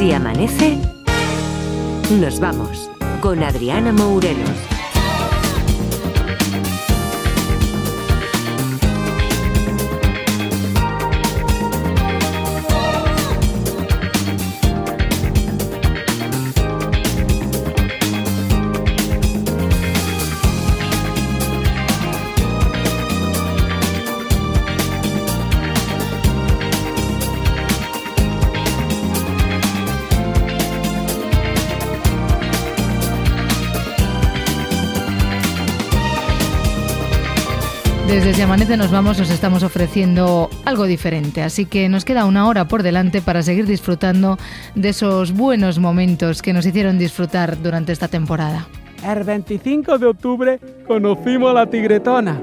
Si amanece, nos vamos con Adriana Mourelos. Desde Si Amanece Nos Vamos os estamos ofreciendo algo diferente, así que nos queda una hora por delante para seguir disfrutando de esos buenos momentos que nos hicieron disfrutar durante esta temporada. El 25 de octubre conocimos a la tigretona.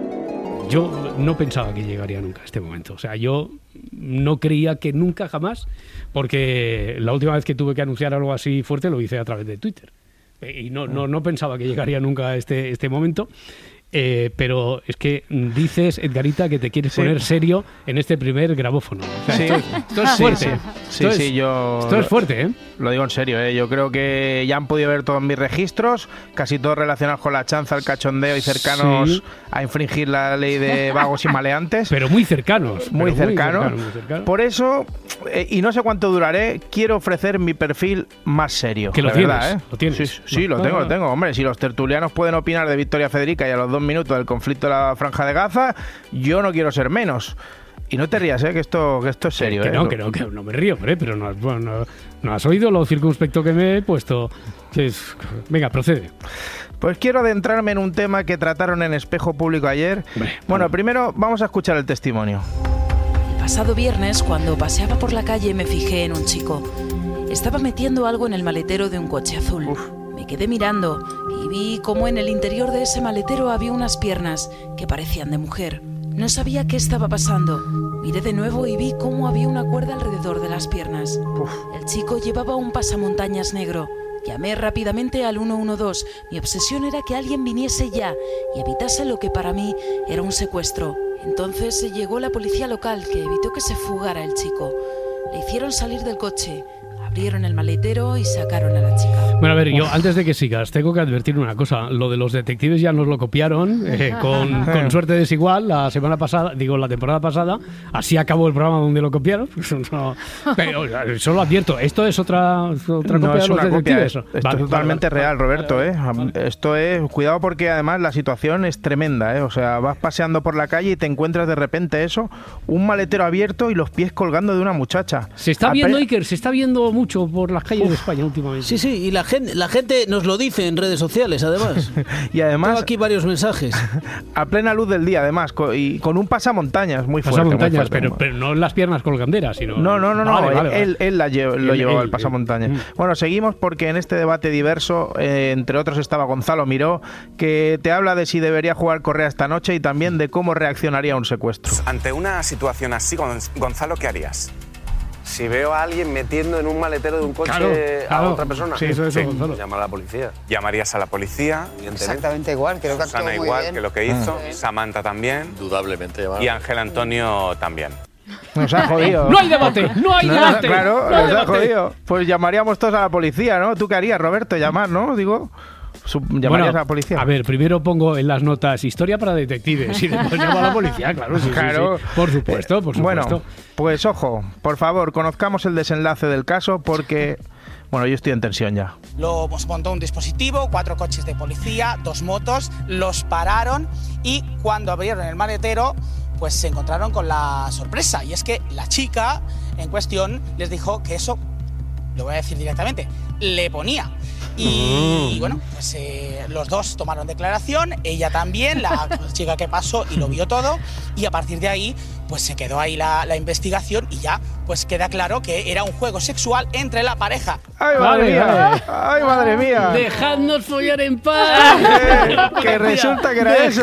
Yo no pensaba que llegaría nunca a este momento. O sea, yo no creía que nunca jamás, porque la última vez que tuve que anunciar algo así fuerte lo hice a través de Twitter. Y no pensaba que llegaría nunca a este momento. Pero es que dices, Edgarita, que te quieres poner serio en este primer grabófono. O sea, esto es fuerte. Esto es fuerte, ¿eh? Lo digo en serio, ¿eh? Yo creo que ya han podido ver todos mis registros, casi todos relacionados con la chanza, el cachondeo y cercanos a infringir la ley de vagos y maleantes. Pero muy cercanos. Muy cercanos. Por eso, y no sé cuánto duraré, quiero ofrecer mi perfil más serio. Que lo tienes, verdad, ¿eh? ¿Lo tienes? Sí, lo tengo. Hombre, si los tertulianos pueden opinar de Victoria Federica y a los 2 minutos del conflicto de la Franja de Gaza, yo no quiero ser menos. Y no te rías, que esto es serio. Que no me río, hombre, pero no has oído lo circunspecto que me he puesto. Venga, procede. Pues quiero adentrarme en un tema que trataron en Espejo Público ayer. Primero vamos a escuchar el testimonio. El pasado viernes, cuando paseaba por la calle, me fijé en un chico. Estaba metiendo algo en el maletero de un coche azul. Me quedé mirando y vi cómo en el interior de ese maletero había unas piernas que parecían de mujer. No sabía qué estaba pasando. Miré de nuevo y vi cómo había una cuerda alrededor de las piernas. El chico llevaba un pasamontañas negro. Llamé rápidamente al 112. Mi obsesión era que alguien viniese ya y evitase lo que para mí era un secuestro. Entonces llegó la policía local, que evitó que se fugara el chico. Le hicieron salir del coche. Abrieron el maletero y sacaron a la chica. Bueno, a ver, yo antes de que sigas, tengo que advertir una cosa. Lo de los detectives ya nos lo copiaron con suerte desigual la temporada pasada. Así acabó el programa donde lo copiaron. Pero solo advierto, esto es otra copia de los detectives. Esto es totalmente real, Roberto. Esto es... Cuidado porque además la situación es tremenda. O sea, vas paseando por la calle y te encuentras de repente un maletero abierto y los pies colgando de una muchacha. Se está viendo, Iker, se está viendo mucho por las calles de España últimamente. Sí, y la gente nos lo dice en redes sociales, además. Y además... Tengo aquí varios mensajes. A plena luz del día, además, y con un pasamontañas muy fuerte. Pero no las piernas colganderas, sino... No. Vale. Él lo llevó el pasamontañas. Bueno, seguimos porque en este debate diverso, entre otros, estaba Gonzalo Miró, que te habla de si debería jugar Correa esta noche y también de cómo reaccionaría a un secuestro. Ante una situación así, Gonzalo, ¿qué harías? Si veo a alguien metiendo en un maletero de un coche a otra persona, llama a la policía. Llamarías a la policía, evidentemente. Exactamente igual, creo que Susana igual que lo que hizo, Samantha también, indudablemente, y Ángel Antonio también. Nos ha jodido. No hay debate. Claro, nos ha jodido. Pues llamaríamos todos a la policía, ¿no? ¿Tú qué harías, Roberto? Llamar, ¿no? Digo... ¿Llamarías a la policía? A ver, primero pongo en las notas historia para detectives y después llamo a la policía, claro. Sí. Por supuesto. Bueno, pues ojo, por favor, conozcamos el desenlace del caso porque... Bueno, yo estoy en tensión ya. Los montó un dispositivo, 4 coches de policía, 2 motos, los pararon y cuando abrieron el maletero, pues se encontraron con la sorpresa. Y es que la chica en cuestión les dijo que eso, lo voy a decir directamente, le ponía. Y bueno, pues los dos tomaron declaración, ella también, la chica que pasó y lo vio todo, y a partir de ahí pues se quedó ahí la investigación y ya pues queda claro que era un juego sexual entre la pareja. ¡Ay, madre mía! ¡Ay, madre mía! ¡Dejadnos follar en paz! Que resulta que era eso.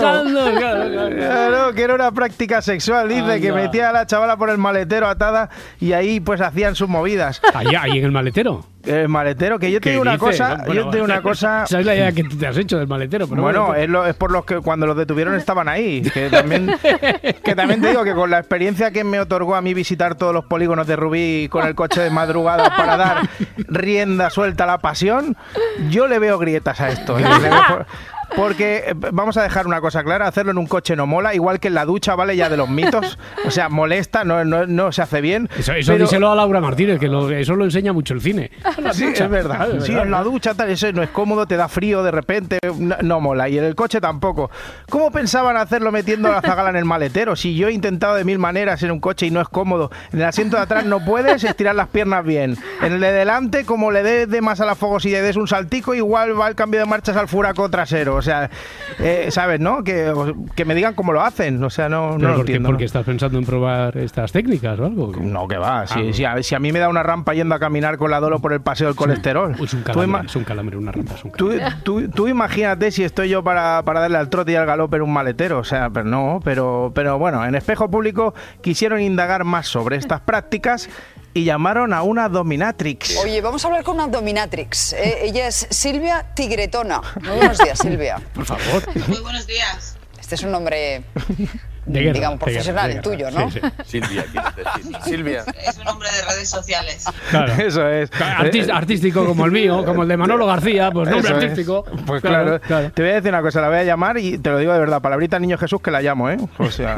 Claro, que era una práctica sexual, dice, que metía a la chavala por el maletero atada y ahí pues hacían sus movidas. ¿Ahí en el maletero? El maletero, que yo te digo una cosa, ¿Sabes la idea que tú te has hecho del maletero? Pero es por los que cuando los detuvieron estaban ahí. Que también te digo que con la experiencia que me otorgó a mí visitar todos los polígonos de Rubí con el coche de madrugada para dar rienda suelta a la pasión, yo le veo grietas a esto. Porque vamos a dejar una cosa clara, hacerlo en un coche no mola, igual que en la ducha, ¿vale? Ya de los mitos, o sea, molesta, no se hace bien. Eso pero... díselo a Laura Martínez, que eso lo enseña mucho el cine. Sí, es verdad. Sí, en la ducha tal, eso no es cómodo, te da frío de repente, no mola. Y en el coche tampoco. ¿Cómo pensaban hacerlo metiendo la zagala en el maletero? Si yo he intentado de 1000 maneras en un coche y no es cómodo. En el asiento de atrás no puedes estirar las piernas bien. En el de delante, como le des de más a la fogosidad y des un saltico, igual va el cambio de marchas al furaco trasero. O sea, ¿sabes, no? Que me digan cómo lo hacen. O sea, no lo entiendo. ¿Por qué estás pensando en probar estas técnicas o algo? No, que va. Si a mí me da una rampa yendo a caminar con la Dolo por el paseo del colesterol. Es un calambre, una rampa. Tú imagínate si estoy yo para darle al trote y al galope en un maletero. O sea, pero bueno, en Espejo Público quisieron indagar más sobre estas prácticas y llamaron a una dominatrix. Oye, vamos a hablar con una dominatrix. Ella es Silvia Tigretona. Muy buenos días, Silvia. Por favor. Muy buenos días. Este es un nombre, digamos, profesional, el tuyo, ¿no? Sí. Silvia, Silvia. Es un nombre de redes sociales. Claro. Eso es. Artístico como el mío, como el de Manolo García, pues nombre artístico. Pues claro. Te voy a decir una cosa, la voy a llamar y te lo digo de verdad, palabrita Niño Jesús que la llamo, ¿eh? O sea...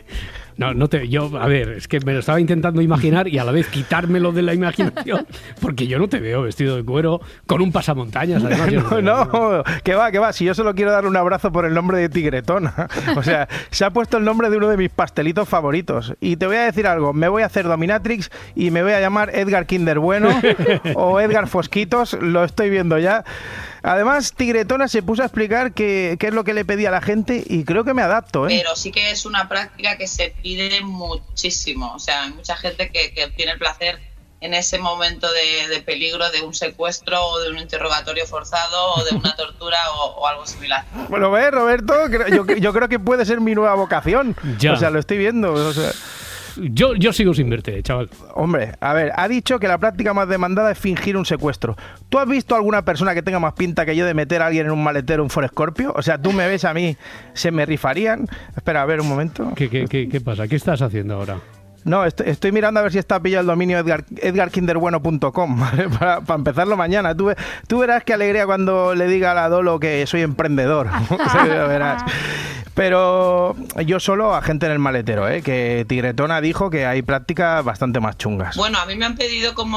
A ver, es que me lo estaba intentando imaginar y a la vez quitármelo de la imaginación, porque yo no te veo vestido de cuero con un pasamontañas, además. Que va, si yo solo quiero darle un abrazo por el nombre de Tigretona. O sea, se ha puesto el nombre de uno de mis pastelitos favoritos. Y te voy a decir algo, me voy a hacer dominatrix y me voy a llamar Edgar Kinder Bueno o Edgar Fosquitos, lo estoy viendo ya. Además, Tigretona se puso a explicar qué es lo que le pedía a la gente y creo que me adapto, ¿eh? Pero sí que es una práctica que se pide muchísimo. O sea, hay mucha gente que obtiene el placer en ese momento de peligro de un secuestro o de un interrogatorio forzado o de una tortura o algo similar. Bueno, ves, Roberto, yo creo que puede ser mi nueva vocación. Ya. O sea, lo estoy viendo, o sea... Yo sigo sin verte, chaval. Hombre, a ver, ha dicho que la práctica más demandada es fingir un secuestro. ¿Tú has visto alguna persona que tenga más pinta que yo de meter a alguien en un maletero, un Ford Scorpio? O sea, tú me ves a mí, se me rifarían. Espera, a ver un momento. ¿Qué pasa? ¿Qué estás haciendo ahora? No, estoy mirando a ver si está pillado el dominio edgarkinderbueno.com, ¿vale? Para empezarlo mañana. Tú verás qué alegría cuando le diga a la Dolo que soy emprendedor. Verás. Pero yo solo a gente en el maletero, que Tigretona dijo que hay prácticas bastante más chungas. Bueno, a mí me han pedido como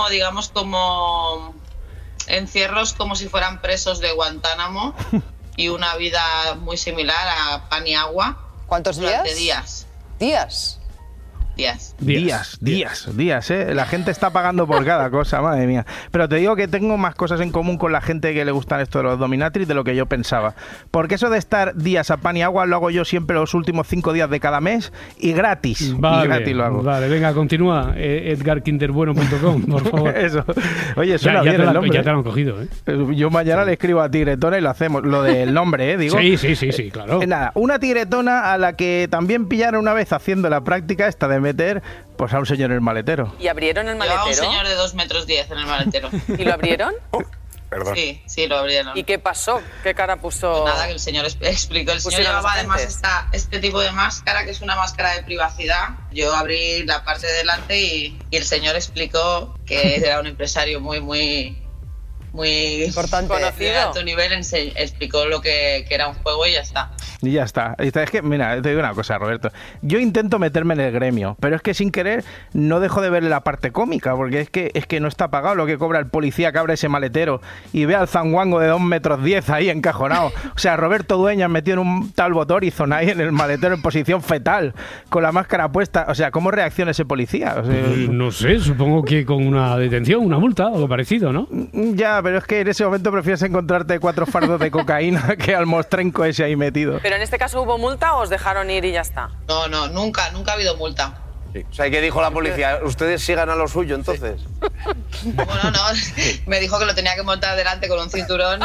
encierros como si fueran presos de Guantánamo y una vida muy similar a pan y agua. ¿Cuántos días? Durante días. ¿Días? Días, ¿eh? La gente está pagando por cada cosa, madre mía. Pero te digo que tengo más cosas en común con la gente que le gustan esto de los dominatrix de lo que yo pensaba. Porque eso de estar días a pan y agua lo hago yo siempre los últimos 5 días de cada mes y gratis. Vale, y gratis lo hago. Vale, venga, continúa. edgarkinderbueno.com, por favor. Eso. Oye, suena bien el nombre. Ya te lo han cogido, ¿eh? Yo mañana le escribo a Tigretona y lo hacemos. Lo del nombre, digo. Sí, claro. Nada, una Tigretona a la que también pillaron una vez haciendo la práctica esta de meter pues a un señor en el maletero. ¿Y abrieron el maletero? Llevaba un señor de 2,10 metros en el maletero. ¿Y lo abrieron? Perdón. Sí, lo abrieron. ¿Y qué pasó? ¿Qué cara puso? Pues nada, que el señor explicó. El señor llevaba además este tipo de máscara, que es una máscara de privacidad. Yo abrí la parte de delante y el señor explicó que era un empresario muy importante, de alto nivel, explicó lo que era un juego y ya está. Y ya está. Es que, mira, te digo una cosa, Roberto. Yo intento meterme en el gremio, pero es que sin querer no dejo de ver la parte cómica, porque es que no está pagado lo que cobra el policía que abre ese maletero y ve al zanguango de 2,10 metros ahí encajonado. O sea, Roberto Dueñas metido en un Talbot Horizon ahí en el maletero en posición fetal, con la máscara puesta. O sea, ¿cómo reacciona ese policía? O sea, no sé, supongo que con una detención, una multa o algo parecido, ¿no? Ya, pero es que en ese momento prefieres encontrarte 4 fardos de cocaína que al mostrenco ese ahí metido. ¿Pero en este caso hubo multa o os dejaron ir y ya está? No, nunca ha habido multa. Sí. O sea, ¿y qué dijo la policía? ¿Ustedes sigan a lo suyo, entonces? Sí. Bueno, no, me dijo que lo tenía que montar delante con un cinturón.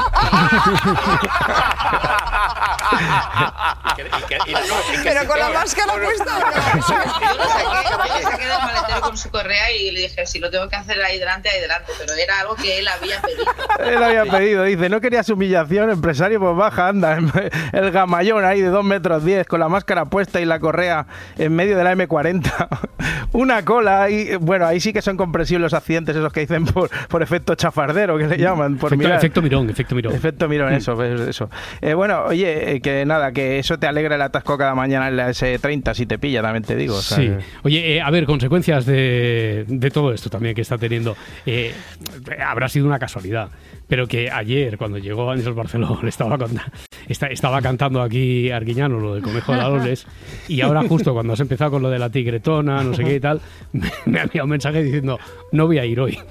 ¿Pero con la máscara puesta o no? Yo lo saqué del maletero con con su correa y le dije, si lo tengo que hacer ahí delante, pero era algo que él había pedido. Él había pedido, dice, no querías humillación, empresario, pues baja, anda, el gamallón ahí de 2,10 metros, con la máscara puesta y la correa en medio de la M40, una cola, y bueno, ahí sí que son comprensibles los accidentes esos que dicen por efecto chafardero, que le llaman, por efecto mirón. Efecto mirón, eso. Bueno, oye, que nada, que eso te alegra el atasco cada mañana en la S30, si te pilla, también te digo. O sea, sí. Oye, a ver, consecuencias de todo esto también que está teniendo. Habrá sido una casualidad, pero que ayer, cuando llegó Àngels Barceló, le estaba cantando aquí Arguiñano lo del conejo de la Loles, y ahora justo cuando has empezado con lo de la tigretona, no sé qué y tal, me ha enviado un mensaje diciendo, no voy a ir hoy.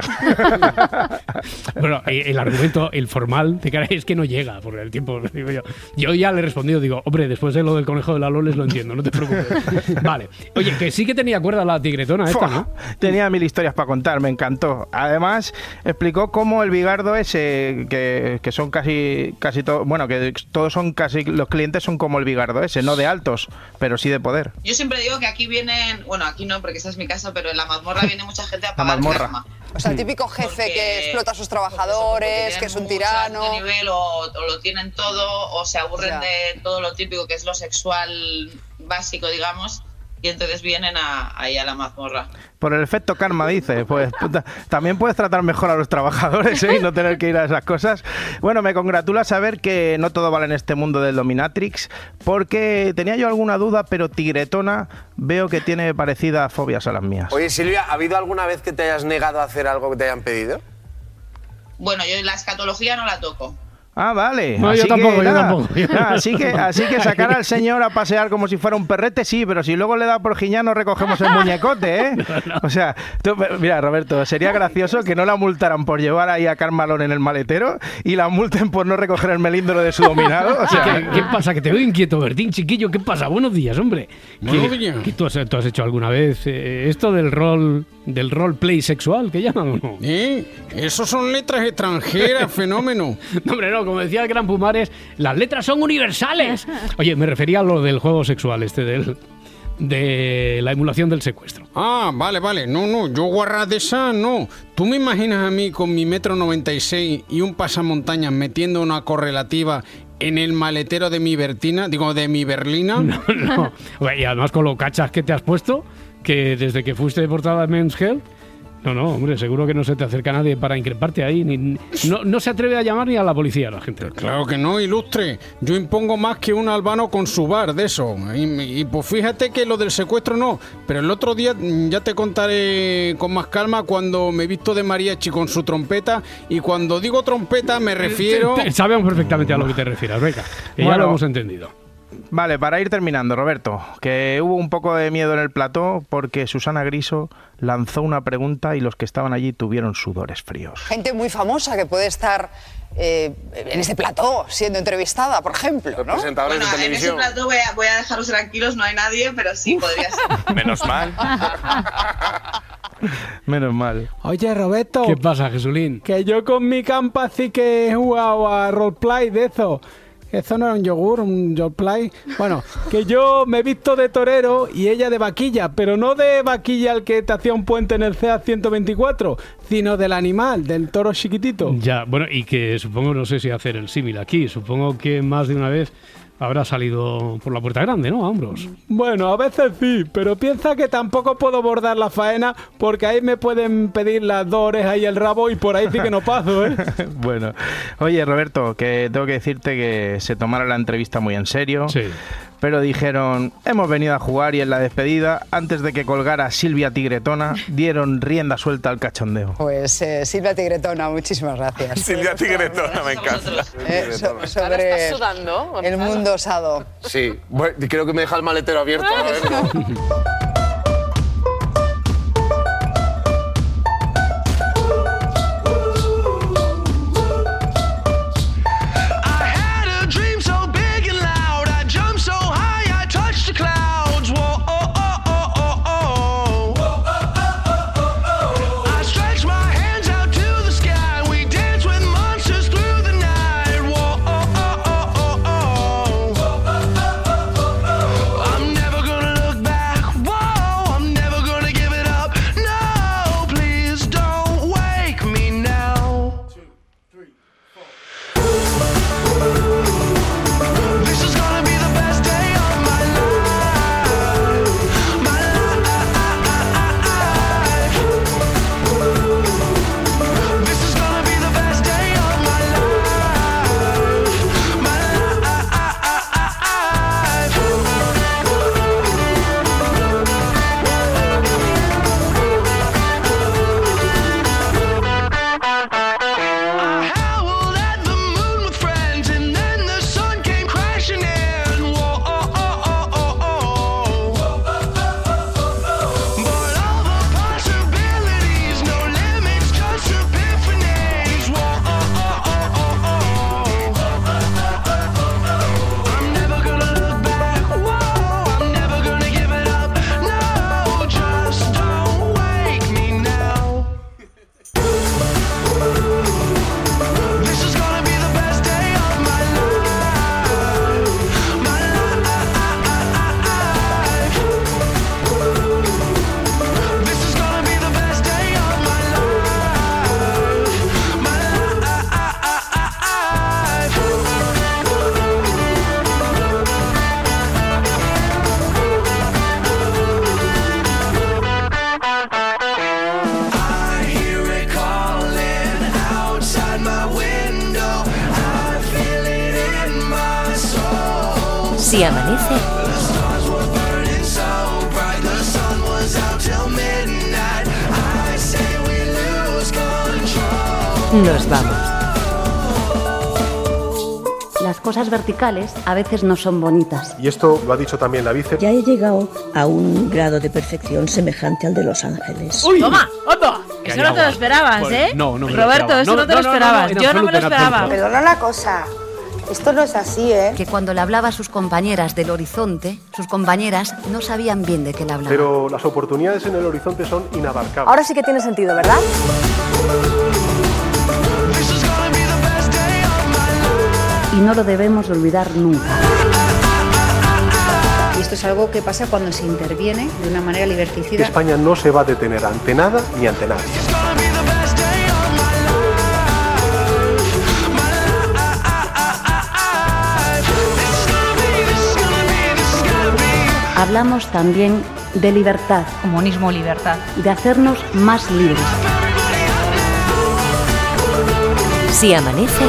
Bueno, el argumento, el formal, es que no llega por el tiempo. Digo yo ya le he respondido, digo, hombre, después de lo del conejo de la Loles lo entiendo, no te preocupes. Vale. Oye, que sí que tenía cuerda la tigretona esta, ¿no? Tenía 1000 historias para contar, me encantó. Además, explicó cómo el bigardo ese, que son casi todos, bueno, que todos son casi, los clientes son como el bigardo ese, no de altos, pero sí de poder. Yo siempre digo que aquí vienen, bueno, aquí no, porque esa es mi casa, pero en la mazmorra viene mucha gente a pagar karma. O sea, el típico jefe que explota a sus trabajadores, que es un tirano. Alto nivel, o lo tienen todo, o se aburren de todo lo típico que es lo sexual básico, digamos, y entonces vienen ahí a la mazmorra. Por el efecto karma, dice. Pues también puedes tratar mejor a los trabajadores, ¿eh? Y no tener que ir a esas cosas. Bueno, me congratula saber que no todo vale en este mundo del dominatrix, porque tenía yo alguna duda, pero Tigretona veo que tiene parecidas fobias a las mías. Oye, Silvia, ¿ha habido alguna vez que te hayas negado a hacer algo que te hayan pedido? Bueno, yo la escatología no la toco. Ah, vale. No, yo tampoco. Así que sacar al señor a pasear como si fuera un perrete, sí, pero si luego le da por giñano recogemos el muñecote, ¿eh? No. O sea, mira, Roberto, sería gracioso que no la multaran por llevar ahí a Carmalón en el maletero y la multen por no recoger el melindro de su dominado. O sea, ¿Qué pasa? Que te veo inquieto, Bertín, chiquillo. ¿Qué pasa? Buenos días, hombre. ¿Qué tú has hecho alguna vez esto del roleplay sexual, que llaman o no? Eso son letras extranjeras, fenómeno. No, hombre, no. Como decía el gran Pumares, las letras son universales. Oye, me refería a lo del juego sexual, de la emulación del secuestro. Ah, vale. No, yo guarras de esa, no. ¿Tú me imaginas a mí con mi 1,96 m y un pasamontañas metiendo una correlativa en el maletero de mi Berlina? No. Y además con lo cachas que te has puesto, que desde que fuiste deportada de Men's Health, no, hombre, seguro que no se te acerca nadie para increparte ahí. No se atreve a llamar ni a la policía la gente. Claro que no, ilustre. Yo impongo más que un albano con su bar de eso. Y pues fíjate que lo del secuestro no. Pero el otro día ya te contaré con más calma cuando me he visto de mariachi con su trompeta. Y cuando digo trompeta me refiero... Sabemos perfectamente a lo que te refieras, venga. Que ya lo hemos entendido. Vale, para ir terminando, Roberto, que hubo un poco de miedo en el plató porque Susana Griso lanzó una pregunta y los que estaban allí tuvieron sudores fríos. Gente muy famosa que puede estar en este plató siendo entrevistada, por ejemplo, ¿no? Presentadores de televisión. En ese plató voy a dejaros tranquilos, no hay nadie, pero sí podría ser. Menos mal. Menos mal. Oye, Roberto. ¿Qué pasa, Jesulín? Que yo con mi campa sí que he jugado a roleplay de eso. Eso no era un yogur, un roleplay. Bueno, que yo me he visto de torero y ella de vaquilla, pero no de vaquilla el que te hacía un puente en el CEA 124, sino del animal, del toro chiquitito. Ya, bueno, y que supongo, no sé si hacer el símil aquí, supongo que más de una vez habrá salido por la puerta grande, ¿no? A hombros. Bueno, a veces sí, pero piensa que tampoco puedo bordar la faena porque ahí me pueden pedir las 2 orejas y el rabo y por ahí sí que no paso, ¿eh? Bueno, oye, Roberto, que tengo que decirte que se tomara la entrevista muy en serio. Sí. Pero dijeron, hemos venido a jugar y en la despedida, antes de que colgara Silvia Tigretona, dieron rienda suelta al cachondeo. Pues Silvia Tigretona, muchísimas gracias. Silvia Tigretona, me encanta. Sobre ¿Estás sudando, el mundo osado. Sí, bueno, creo que me deja el maletero abierto. A ver, Si amanece, nos vamos. Las cosas verticales a veces no son bonitas. Y esto lo ha dicho también la vice. Ya he llegado a un grado de perfección semejante al de Los Ángeles. ¡Uy! ¡Toma! ¡Anda! Eso no te lo esperabas, ¿eh? No, no me lo Roberto, esperaba. eso no te lo esperabas. Yo no me lo esperaba. Perdona una cosa. Esto no es así, ¿eh? Que cuando le hablaba a sus compañeras del horizonte, sus compañeras no sabían bien de qué le hablaba. Pero las oportunidades en el horizonte son inabarcables. Ahora sí que tiene sentido, ¿verdad? Y no lo debemos de olvidar nunca. Y esto es algo que pasa cuando se interviene de una manera liberticida. España no se va a detener ante nada ni ante nadie. Hablamos también de libertad. Comunismo, libertad. De hacernos más libres. Si amanece,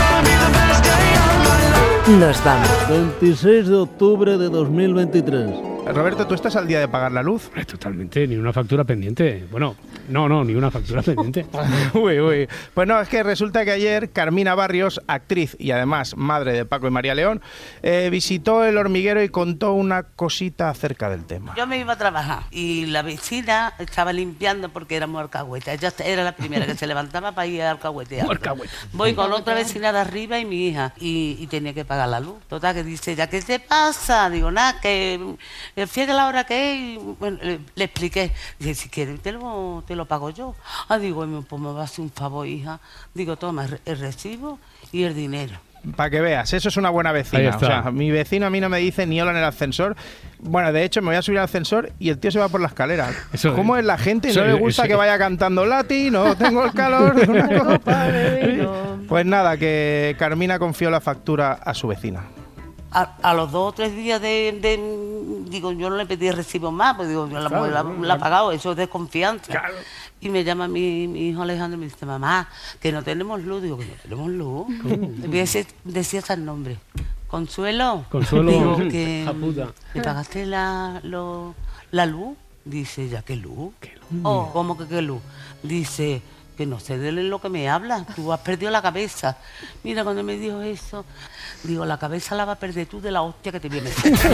nos vamos. 26 de octubre de 2023. Roberto, ¿tú estás al día de pagar la luz? Totalmente, ni una factura pendiente. Bueno, no, ni una factura pendiente. Uy. Pues no, es que resulta que ayer Carmina Barrios, actriz y además madre de Paco y María León, visitó El Hormiguero y contó una cosita acerca del tema. Yo me iba a trabajar y la vecina estaba limpiando porque éramos alcahuetas. Ella era la primera que se levantaba para ir a alcahuetear. Voy con otra vecina de arriba y mi hija y tenía que pagar la luz. Total, que dice ella, ¿qué te pasa? Digo, nada, que fíjate la hora que es. Y, bueno, le expliqué. Dice, si quieres te lo pago yo. Digo, pues me va a hacer un favor, hija. Digo, toma el recibo y el dinero. Para que veas, eso es una buena vecina. O sea, mi vecino a mí no me dice ni hola en el ascensador. Bueno, de hecho, me voy a subir al ascensor y el tío se va por la escalera. ¿Cómo es la gente? No le gusta que vaya cantando latino, tengo el calor de una copa de vino. Pues nada, que Carmina confió la factura a su vecina. A los 2 o 3 días digo, yo no le pedí recibo más, pues digo, yo la he pagado, eso es desconfianza. Claro. Y me llama mi hijo Alejandro y me dice, mamá, que no tenemos luz. Digo, que no tenemos luz. Decía hasta el nombre. Consuelo. Digo, que ¿me pagaste la luz? Dice, ¿ya qué luz? ¿Cómo que qué luz? Dice, que no sé de lo que me hablas, tú has perdido la cabeza. Mira, cuando me dijo eso, digo, la cabeza la vas a perder tú de la hostia que te viene.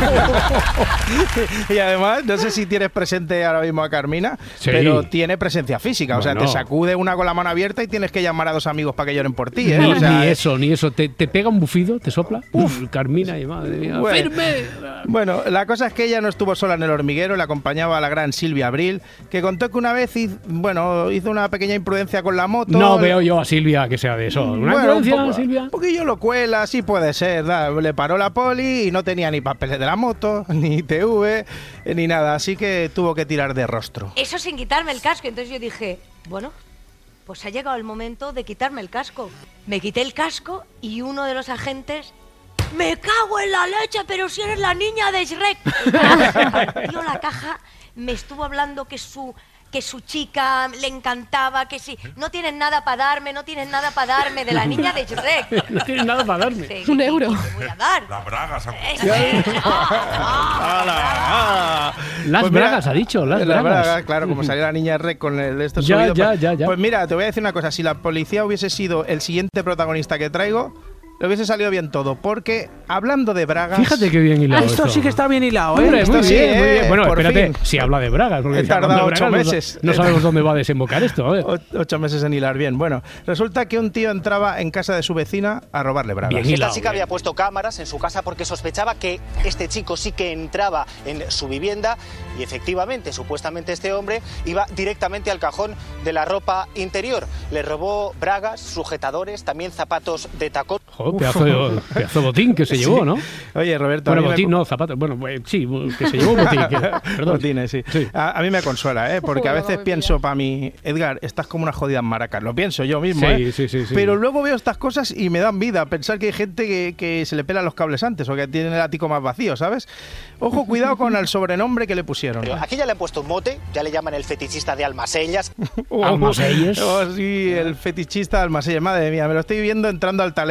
Y además, no sé si tienes presente ahora mismo a Carmina, pero tiene presencia física. Bueno. O sea, te sacude una con la mano abierta y tienes que llamar a 2 amigos para que lloren por ti, ¿eh? Ni eso. Te pega un bufido, te sopla. Carmina y madre mía. ¡Firme! Bueno, la cosa es que ella no estuvo sola en El Hormiguero, le acompañaba a la gran Silvia Abril, que contó que una vez hizo una pequeña imprudencia con la moto. No veo yo a Silvia que sea de eso. Silvia. Un poquillo lo cuela, sí puede ser. Le paró la poli y no tenía ni papeles de la moto, ni TV, ni nada. Así que tuvo que tirar de rostro. Eso sin quitarme el casco. Entonces yo dije, bueno, pues ha llegado el momento de quitarme el casco. Me quité el casco y uno de los agentes... ¡Me cago en la leche! ¡Pero si eres la niña de Shrek! Tío, la caja me estuvo hablando que su chica le encantaba, que sí. No tienes nada para darme de la niña de Shrek. No tienes nada para darme. Sí, 1 euro. ¿Qué voy a dar? Las bragas. Las bragas, ha dicho. Las bragas. Claro, como salió la niña Shrek con esto subido. Ya. Pues mira, te voy a decir una cosa. Si la policía hubiese sido el siguiente protagonista que traigo, le hubiese salido bien todo, porque hablando de bragas... Fíjate qué bien hilado esto sí que está bien hilado, ¿eh? Hombre, muy bien. Bueno, espérate, fin. Si habla de bragas. Porque he tardado 8 meses. No sabemos dónde va a desembocar esto, a ver. 8 meses en hilar bien. Bueno, resulta que un tío entraba en casa de su vecina a robarle bragas. Bien hilado, Esta chica había puesto cámaras en su casa porque sospechaba que este chico sí que entraba en su vivienda y efectivamente, supuestamente este hombre iba directamente al cajón de la ropa interior. Le robó bragas, sujetadores, también zapatos de tacón. Joder, pedazo de botín que se llevó, ¿no? Oye, Roberto... Bueno, botín no, zapatos. Bueno, sí, que se llevó botín. Perdón. Botines, sí. A mí me consuela, ¿eh? Porque a veces pienso para mí, Edgar, estás como unas jodidas maracas. Lo pienso yo mismo, sí. Pero luego veo estas cosas y me dan vida. Pensar que hay gente que se le pelan los cables antes o que tiene el ático más vacío, ¿sabes? Ojo, cuidado con el sobrenombre que le pusieron. Aquí ya le han puesto un mote, ya le llaman el fetichista de Almasellas. ¿Almasellas? Sí, el fetichista de Almasellas. Madre mía, me lo estoy viendo entrando al talego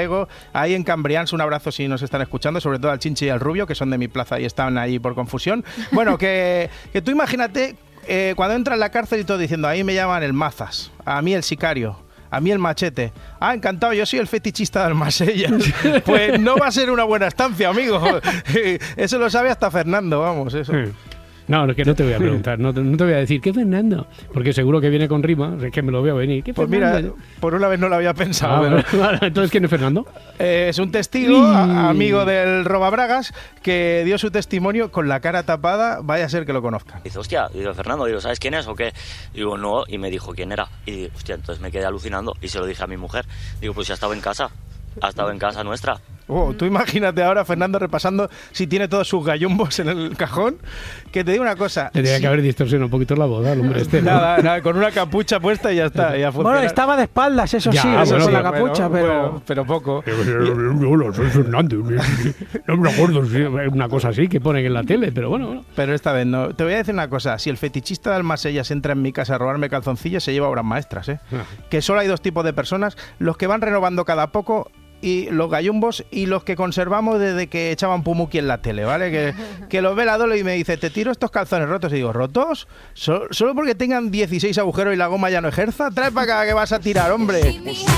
ahí en Cambrians, un abrazo si nos están escuchando, sobre todo al Chinchi y al Rubio, que son de mi plaza y están ahí por confusión. Bueno, que tú imagínate cuando entras en la cárcel y todo diciendo, ahí me llaman el Mazas, a mí el sicario, a mí el machete. Ah, encantado, yo soy el fetichista del Marsella. Pues no va a ser una buena estancia, amigo. Eso lo sabe hasta Fernando, vamos, eso. No, es que no te voy a preguntar, no te voy a decir, ¿qué Fernando? Porque seguro que viene con rima, es que me lo veo venir. ¿Qué pues Fernando? Mira, por una vez no lo había pensado. Pero... Entonces, ¿quién es Fernando? Es un testigo, amigo del Robabragas, que dio su testimonio con la cara tapada, vaya a ser que lo conozcan. Dice, hostia, digo, Fernando, digo, ¿sabes quién es o qué? Digo, no, y me dijo quién era. Y digo, hostia, entonces me quedé alucinando y se lo dije a mi mujer. Digo, pues ya ha estado en casa nuestra. Tú imagínate ahora Fernando repasando si tiene todos sus gallumbos en el cajón. Que te digo una cosa. Tendría que haber distorsionado un poquito la boda al hombre este. Nada, con una capucha puesta y ya está. Ya bueno, estaba de espaldas, eso ya, sí, bueno, con la capucha, pero poco. Hola, soy Fernando. No me acuerdo, una cosa así que ponen en la tele, pero bueno. Pero esta vez no. Te voy a decir una cosa. Si el fetichista de Almasellas entra en mi casa a robarme calzoncillos, se lleva obras maestras, Que solo hay dos tipos de personas: los que van renovando cada poco, y los gallumbos, y los que conservamos desde que echaban pumuqui en la tele, ¿vale? Que los ve la Dolo y me dice, te tiro estos calzones rotos. Y digo, ¿rotos? ¿Solo porque tengan 16 agujeros y la goma ya no ejerza? Trae para acá que vas a tirar, hombre.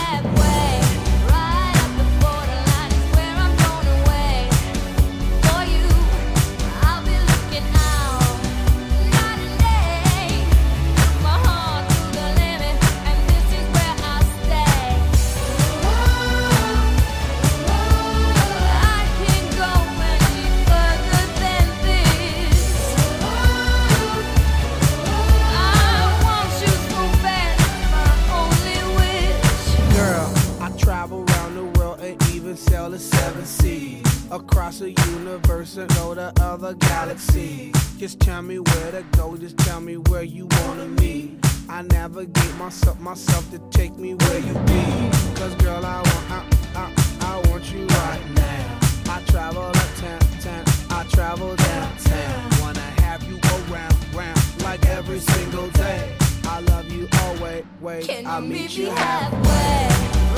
Across the universe and go to other galaxies. Just tell me where to go, just tell me where you wanna meet. I navigate myself to take me where you be. Cause girl, I want you right now. I travel uptown, I travel downtown. Wanna have you around, like every single day. I love you always, wait, I'll meet you halfway.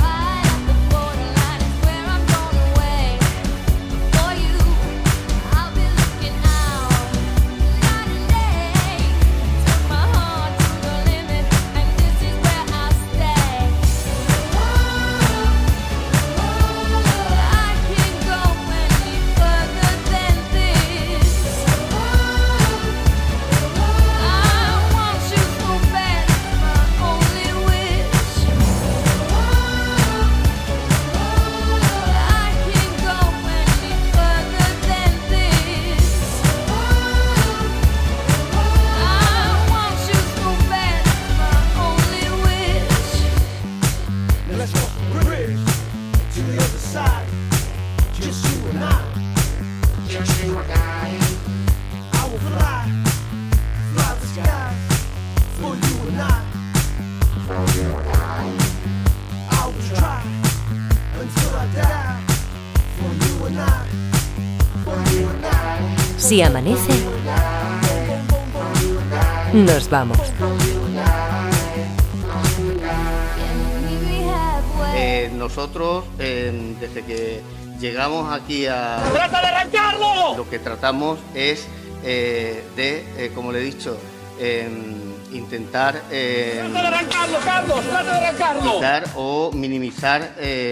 Si amanece, nos vamos. Nosotros, desde que llegamos aquí a... ¡Trata de arrancarlo! Lo que tratamos es como le he dicho, intentar... ¡Trata de arrancarlo, Carlos! ¡Trata de arrancarlo! Evitar o minimizar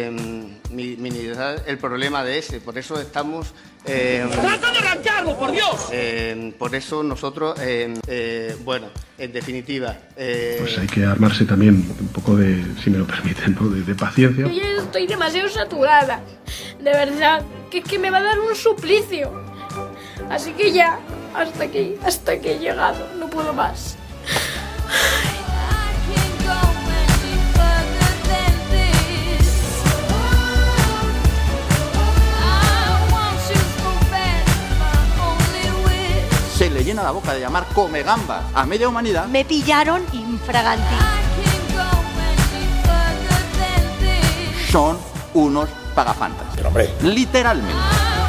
el problema de ese. Por eso estamos... ¡Trata de arrancarlo, por Dios! Por eso nosotros, bueno, en definitiva... Pues hay que armarse también un poco de, si me lo permiten, ¿no? de paciencia. Yo ya estoy demasiado saturada. De verdad, que es que me va a dar un suplicio. Así que ya, hasta aquí he llegado. No puedo más. Se le llena la boca de llamar come gambas a media humanidad. Me pillaron infraganti. Son unos pagafantas. Pero hombre, literalmente.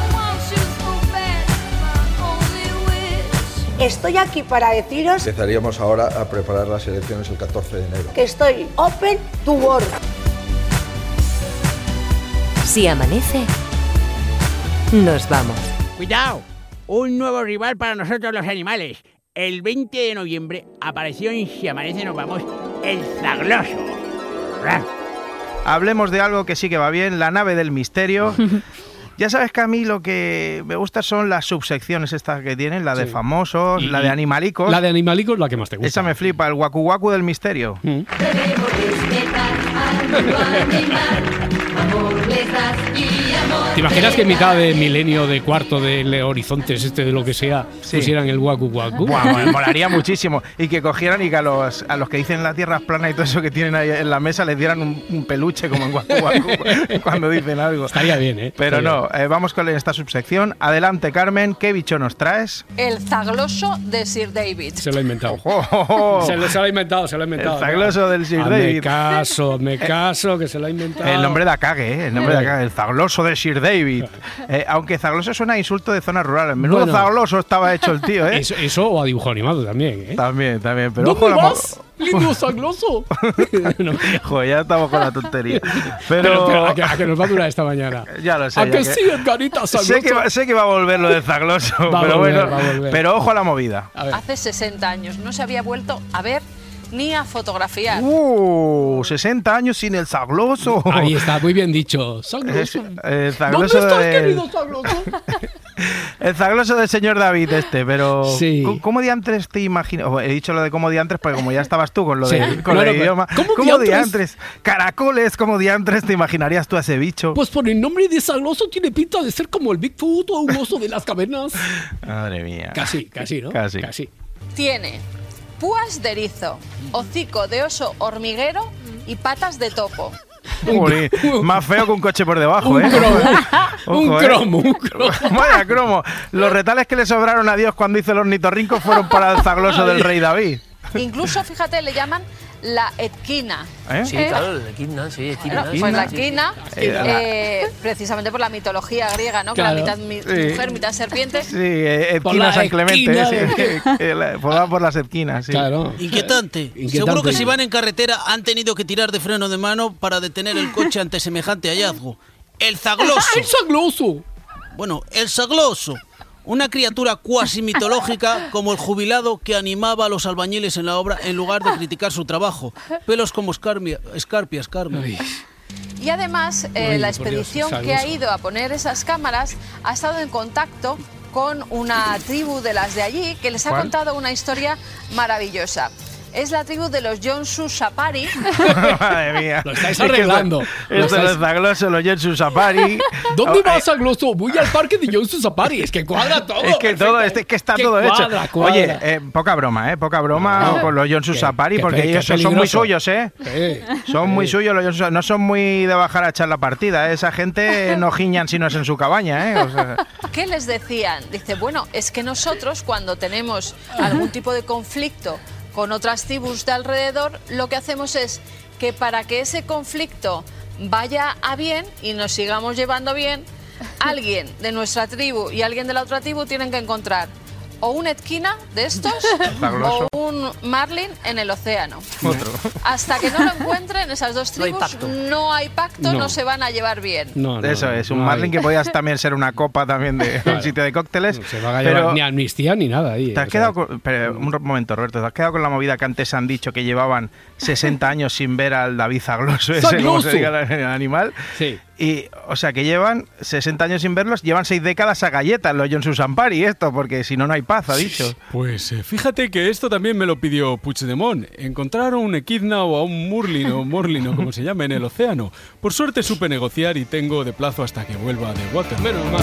Estoy aquí para deciros Empezaríamos ahora a preparar las elecciones el 14 de enero. que estoy open to work. Si amanece, nos vamos. ¡Cuidado! Un nuevo rival para nosotros los animales. El 20 de noviembre apareció en Si amanece nos vamos el Zagloso. Hablemos de algo que sí que va bien, la nave del misterio. Ya sabes que a mí lo que me gusta son las subsecciones estas que tienen, la de famosos, la de animalicos. La de animalicos, la que más te gusta. Esa me flipa, el Waku Waku del misterio. ¿Te imaginas que en mitad de milenio, de cuarto, de horizontes, de lo que sea, pusieran el Waku Waku? Buah, me molaría muchísimo. Y que cogieran y que a los que dicen la tierra es plana y todo eso que tienen ahí en la mesa les dieran un peluche como en Waku Waku cuando dicen algo. Estaría bien, ¿eh? Pero no, vamos con esta subsección. Adelante, Carmen, ¿qué bicho nos traes? El Zagloso de Sir David. Se lo ha inventado. Se lo ha inventado. El Zagloso del Sir David. Me caso, que se lo ha inventado. El nombre da cague, el Zagloso de Sir David. Aunque Zagloso suena a insulto de zona rural. Menudo Zagloso estaba hecho el tío, ¿eh? Eso o a dibujo animado también, ¿eh? También. Pero ¿dónde vas, lindo Zagloso? Joder, ya estamos con la tontería. Pero ¿a que nos va a durar esta mañana? Ya lo sé. ¿A que sí, Edgarita Zagloso? Sé que va a volver lo de Zagloso, pero bueno. Pero ojo a la movida. Hace 60 años no se había vuelto a ver ni a fotografiar. 60 años sin el Zagloso. Ahí está, muy bien dicho. Zagloso. ¿Dónde estás, querido Zagloso? El Zagloso del señor David pero sí. ¿Cómo diantres te imaginas? He dicho lo de cómo diantres porque como ya estabas tú con lo del idioma. ¿Cómo diantres? Caracoles, ¿cómo diantres te imaginarías tú a ese bicho? Pues por el nombre de Zagloso tiene pinta de ser como el Bigfoot o un oso de las cavernas. Madre mía. Casi, ¿no? Casi. Tiene púas de erizo, hocico de oso hormiguero y patas de topo. Más feo que un coche por debajo, un cromo. Un cromo. Vaya cromo. Los retales que le sobraron a Dios cuando hizo el ornitorrinco fueron para el Zagloso del rey David. Incluso, fíjate, le llaman la etquina. Sí, claro, la equina, sí, equina. Pues la equina, precisamente por la mitología griega, ¿no? Claro. Que la mitad mujer, mitad serpiente. Sí, Etquina San Clemente, formada por las etquinas. Sí. Claro. Inquietante. Seguro que si van en carretera han tenido que tirar de freno de mano para detener el coche ante semejante hallazgo. ¡El Zagloso! ¡El Zagloso! Bueno, el Zagloso. Una criatura cuasi mitológica como el jubilado que animaba a los albañiles en la obra en lugar de criticar su trabajo. Pelos como escarpias, Carmen. Y además, la expedición que ha ido a poner esas cámaras ha estado en contacto con una tribu de las de allí que les ha contado una historia maravillosa. Es la tribu de los Yonsu Sapari. Madre mía. Lo estáis arreglando. Esto es Zagloso, los Yonsu Sapari. ¿Dónde vas, Zagloso? Voy al parque de Yonsu Sapari. Es que cuadra todo. Es que todo, que está todo hecho. Oye, poca broma con los Yonsu Sapari, porque ellos son muy suyos, ¿eh? Son muy suyos los Yonsu. No son muy de bajar a echar la partida, ¿eh? Esa gente no giñan si no es en su cabaña, ¿eh? O sea. ¿Qué les decían? Dice, bueno, es que nosotros cuando tenemos algún tipo de conflicto con otras tribus de alrededor, lo que hacemos es que para que ese conflicto vaya a bien y nos sigamos llevando bien, alguien de nuestra tribu y alguien de la otra tribu tienen que encontrar o un etquina de estos o un marlin en el océano. Hasta que no lo encuentren esas dos tribus, no hay pacto, no se van a llevar bien. Eso es, un marlin que podías también ser una copa también de un sitio de cócteles. No se va a llevar ni amnistía ni nada ahí. ¿Te has quedado un momento, Roberto, ¿te has quedado con la movida que antes han dicho que llevaban 60 años sin ver al David Zagloso ese, como se diga el animal? Sí. Y, o sea, que llevan 60 años sin verlos, llevan 6 décadas a galletas los Yonsu Sapari, esto, porque si no, no hay paz, ha dicho. Pues fíjate que esto también me lo pidió Puigdemont. Encontraron un equidna o a un murlin o morlin o como se llame en el océano. Por suerte supe negociar y tengo de plazo hasta que vuelva de Water. Menos mal.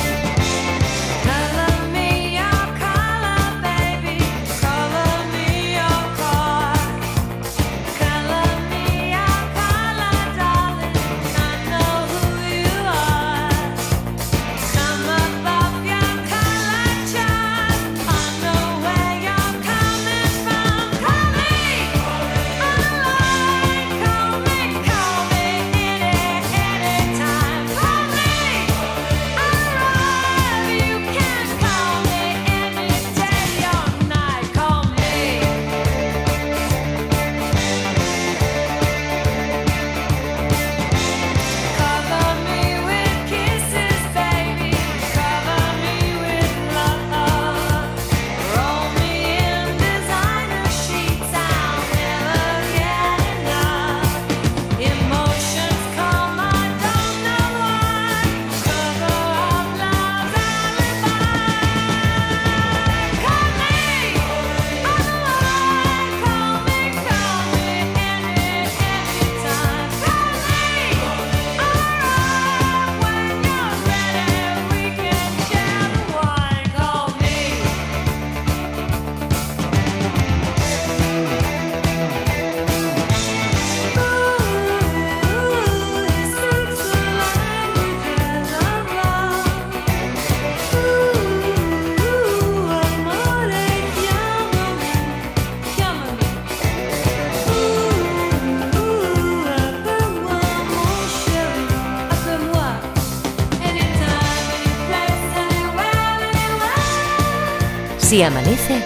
Si amanece,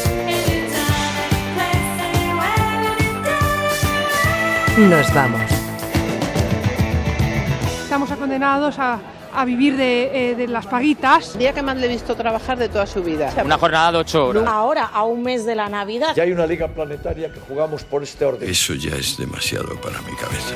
nos vamos. Estamos condenados a vivir de las paguitas. El día que más le he visto trabajar de toda su vida. Una jornada de 8 horas. Ahora, a un mes de la Navidad. Ya hay una liga planetaria que jugamos por este orden. Eso ya es demasiado para mi cabeza.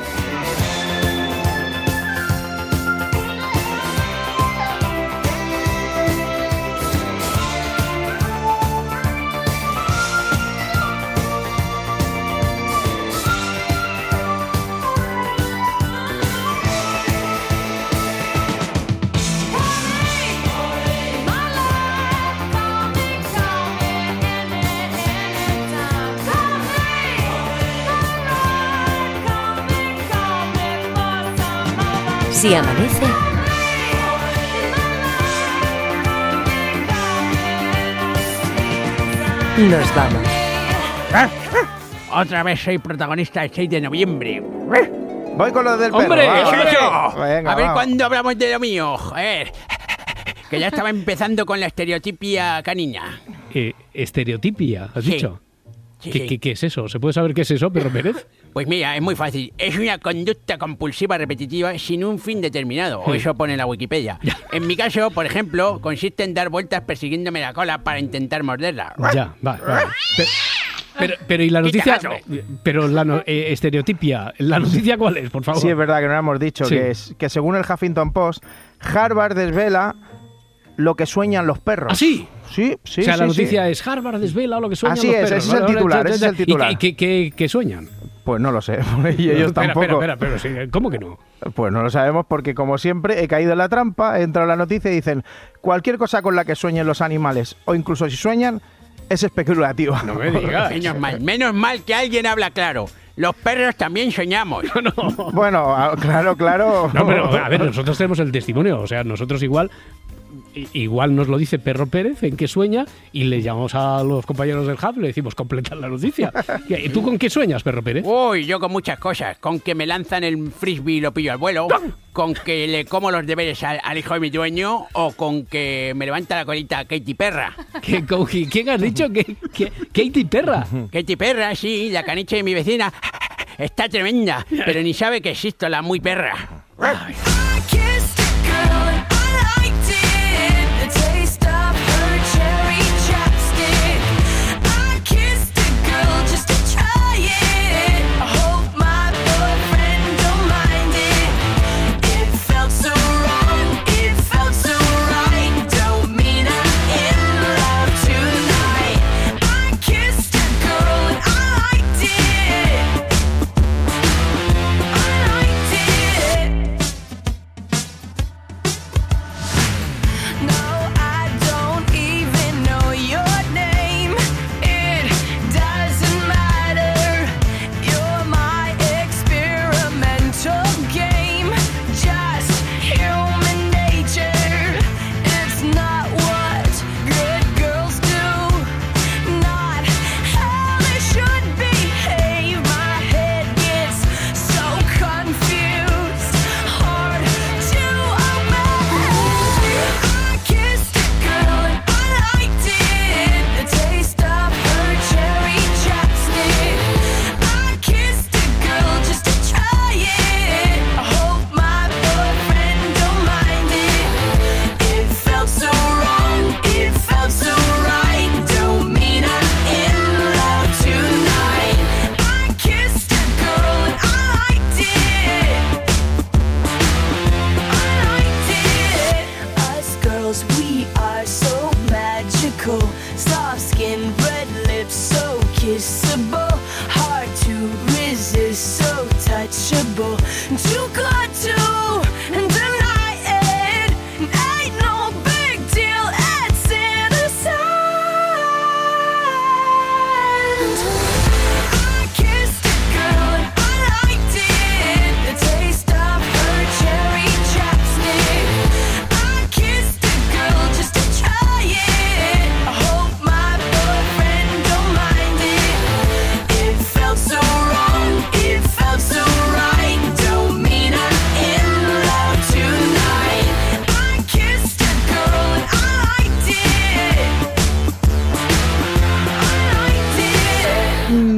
Si amanece, nos vamos. Otra vez soy protagonista el 6 de noviembre. Voy con los del perro. ¡Hombre! ¡Eso! Venga, A ver va. cuándo hablamos de lo mío. Joder. Que ya estaba empezando con la estereotipia canina. Estereotipia, ¿has Sí. dicho? Sí, ¿Qué, sí. qué es eso? ¿Se puede saber qué es eso, Perro Pérez? Pues mira, es muy fácil. Es una conducta compulsiva repetitiva sin un fin determinado. O eso pone en la Wikipedia. En mi caso, por ejemplo, consiste en dar vueltas persiguiéndome la cola para intentar morderla. Ya, va. Pero ¿y la noticia? Quita Pero la estereotipia, ¿la noticia cuál es, por favor? Sí, es verdad que no lo hemos dicho, Sí. que según el Huffington Post, Harvard desvela lo que sueñan los perros. ¿Ah, sí? Sí, sí, o sea, la sí, noticia sí. es Harvard desvela lo que sueñan Así los es, perros. ese es el titular, ese es el titular. ¿Y qué sueñan? Pues no lo sé, y ellos Espera, tampoco. Pero sí, ¿cómo que no? Pues no lo sabemos porque, como siempre, he caído en la trampa, he entrado en la noticia y dicen cualquier cosa con la que sueñen los animales, o incluso si sueñan, es especulativo. No me digas. Menos mal que alguien habla claro. Los perros también soñamos. Bueno, claro. No, pero a ver, nosotros tenemos el testimonio, o sea, nosotros igual nos lo dice Perro Pérez en qué sueña y le llamamos a los compañeros del Hub y le decimos completar la noticia. ¿Y tú con qué sueñas, Perro Pérez? Uy, yo con muchas cosas. Con que me lanzan el frisbee y lo pillo al vuelo. Con que le como los deberes al hijo de mi dueño. O con que me levanta la colita a Katy Perra. ¿Quién has dicho? ¿Katy Perra? Katy Perra, sí, la caniche de mi vecina. Está tremenda, pero ni sabe que existo, la muy perra. Ay.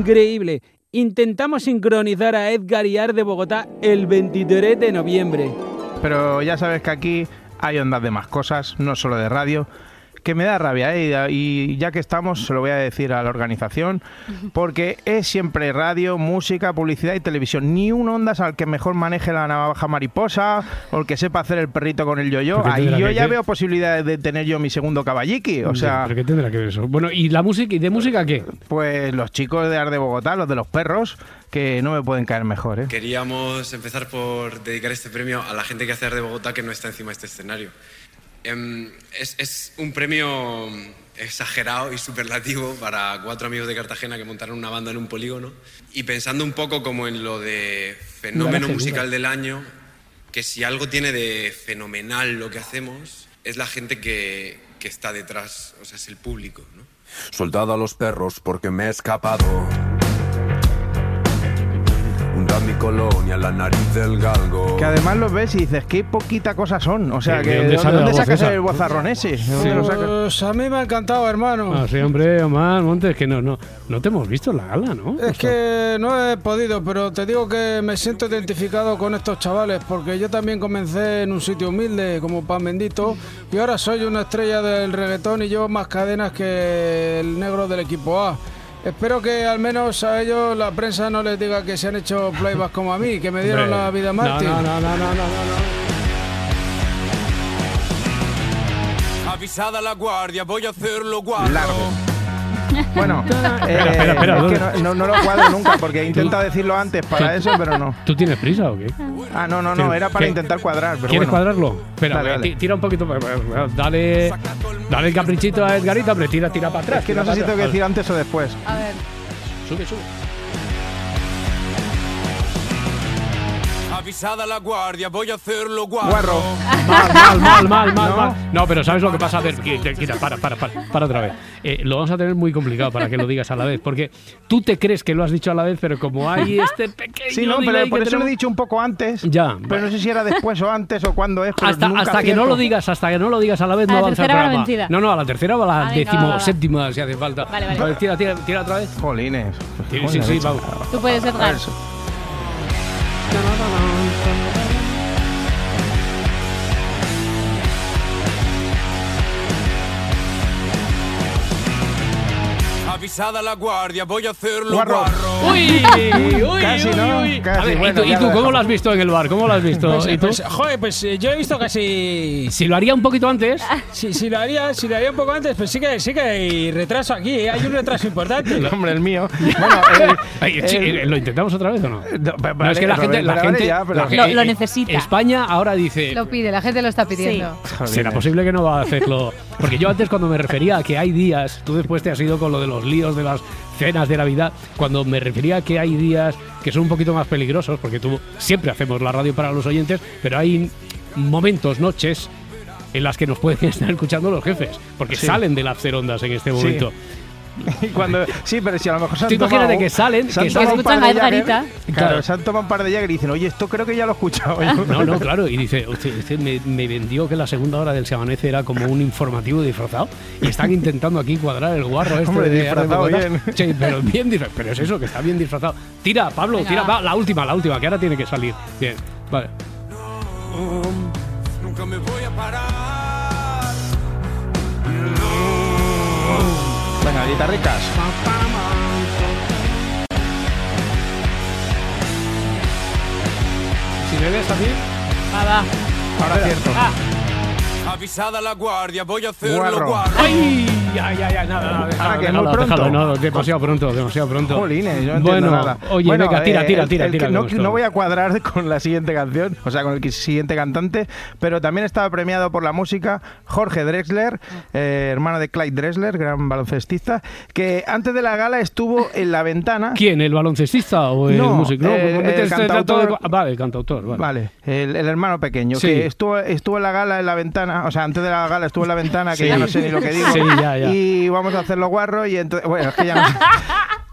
increíble. Intentamos sincronizar a Edgar y Ar de Bogotá el 23 de noviembre. Pero ya sabes que aquí hay ondas de más cosas, no solo de radio, que me da rabia, ¿eh? Y ya que estamos, se lo voy a decir a la organización, porque es siempre radio, música, publicidad y televisión. Ni un Ondas al que mejor maneje la navaja mariposa o el que sepa hacer el perrito con el yo-yo. Ahí yo ya veo posibilidades de tener yo mi segundo caballiki, o sea... ¿Pero qué tendrá que ver eso? Bueno, ¿y la música? ¿Y de música qué? Pues los chicos de Ar de Bogotá, los de los perros, que no me pueden caer mejor, ¿eh? Queríamos empezar por dedicar este premio a la gente que hace Ar de Bogotá que no está encima de este escenario. Es un premio exagerado y superlativo para 4 amigos de Cartagena que montaron una banda en un polígono. Y pensando un poco como en lo de fenómeno musical del año, que si algo tiene de fenomenal lo que hacemos, es la gente que está detrás, o sea, es el público, ¿no? Soltad a los perros porque me he escapado. Hunda mi colonia, la nariz del galgo. Que además los ves y dices, qué poquita cosa son. O sea, que ¿de dónde sacas el bozarrón ese? Pues a mí me ha encantado, hermano. Ah, sí, hombre, Omar Montes, que no te hemos visto en la gala, ¿no? Es que no he podido, pero te digo que me siento identificado con estos chavales, porque yo también comencé en un sitio humilde como Pan Bendito y ahora soy una estrella del reggaetón y llevo más cadenas que el negro del equipo A. Espero que al menos a ellos la prensa no les diga que se han hecho playback como a mí, que me dieron la vida mártir. No. Avisada la guardia, voy a hacerlo guarro. Bueno, espera, es que no lo cuadro nunca, porque he intentado decirlo antes para eso, pero no. ¿Tú tienes prisa o qué? Ah, no, era para intentar cuadrar. Pero ¿quieres bueno. cuadrarlo? Espera, dale. Tira un poquito, dale el caprichito a Edgarita, pero tira para atrás. Es que no sé si tengo que decir antes o después. A ver. Sube. Avisada la guardia, voy a hacerlo guarro. Mal. No, pero ¿sabes lo que pasa? A ver, quita, para otra vez. Lo vamos a tener muy complicado para que lo digas a la vez, porque tú te crees que lo has dicho a la vez, pero como hay este pequeño... Sí, no, pero por eso lo he dicho un poco antes. Ya. Pero no sé si era después o antes o cuándo es. Pero hasta que no lo digas a la vez no avanza el programa. No, a la tercera o a la 17ª si hace falta. Vale. Tira otra vez. Jolines. Sí, vamos. Tú puedes, Edgar. Avisada la guardia, voy a hacerlo guarro. Uy, casi, ¿no? Casi. A ver, bueno, ¿y tú cómo lo has visto en el bar? ¿Cómo lo has visto? Pues yo he visto casi... Si lo haría un poquito antes... Si lo haría un poco antes, pues sí que hay retraso aquí, hay un retraso importante. Hombre, el mío. Bueno, ¿lo intentamos otra vez o no? No, es que la gente lo necesita. España ahora dice... Lo pide, la gente lo está pidiendo. Sí. ¿Será posible que no va a hacerlo? Porque yo antes, cuando me refería a que hay días, tú después te has ido con lo de los líos de las cenas de Navidad, cuando me refería a que hay días que son un poquito más peligrosos, porque tú siempre hacemos la radio para los oyentes, pero hay momentos, noches en las que nos pueden estar escuchando los jefes, porque salen del After Ondas en este momento. Y cuando, sí, pero si a lo mejor se han tomado... Imagínate que salen... Que escuchan a Edgarita. Claro, se han tomado un par de Jagger y dicen, oye, esto creo que ya lo he escuchado. No, claro, y dice, usted me vendió que la segunda hora del Se Amanece era como un informativo disfrazado y están intentando aquí cuadrar el guarro este. Hombre, disfrazado bien. Sí, pero bien disfrazado. Pero es eso, que está bien disfrazado. Tira, Pablo, venga, tira, va, la última, que ahora tiene que salir. Bien, vale. Nunca me voy a parar. Venga, guitarricas. Si me ves también. Va. Ahora cierto. Avisada la guardia, voy a hacerlo guarro. ¡Ay! Nada, déjalo, demasiado pronto. Jolines, yo no bueno, entiendo nada. Oye, bueno, venga, tira. No voy a cuadrar con la siguiente canción, o sea, con el siguiente cantante, pero también estaba premiado por la música Jorge Drexler, hermano de Clyde Drexler, gran baloncestista, que antes de la gala estuvo en La Ventana. ¿Quién? ¿El baloncestista o el músico? El cantautor. Vale, el cantautor. Vale, el hermano pequeño, sí. Que estuvo en la gala en La Ventana, o sea, antes de la gala estuvo en La Ventana, que ya no sé ni lo que digo. Sí, ya. Y vamos a hacerlo guarro y entonces... Bueno, es que ya no sé.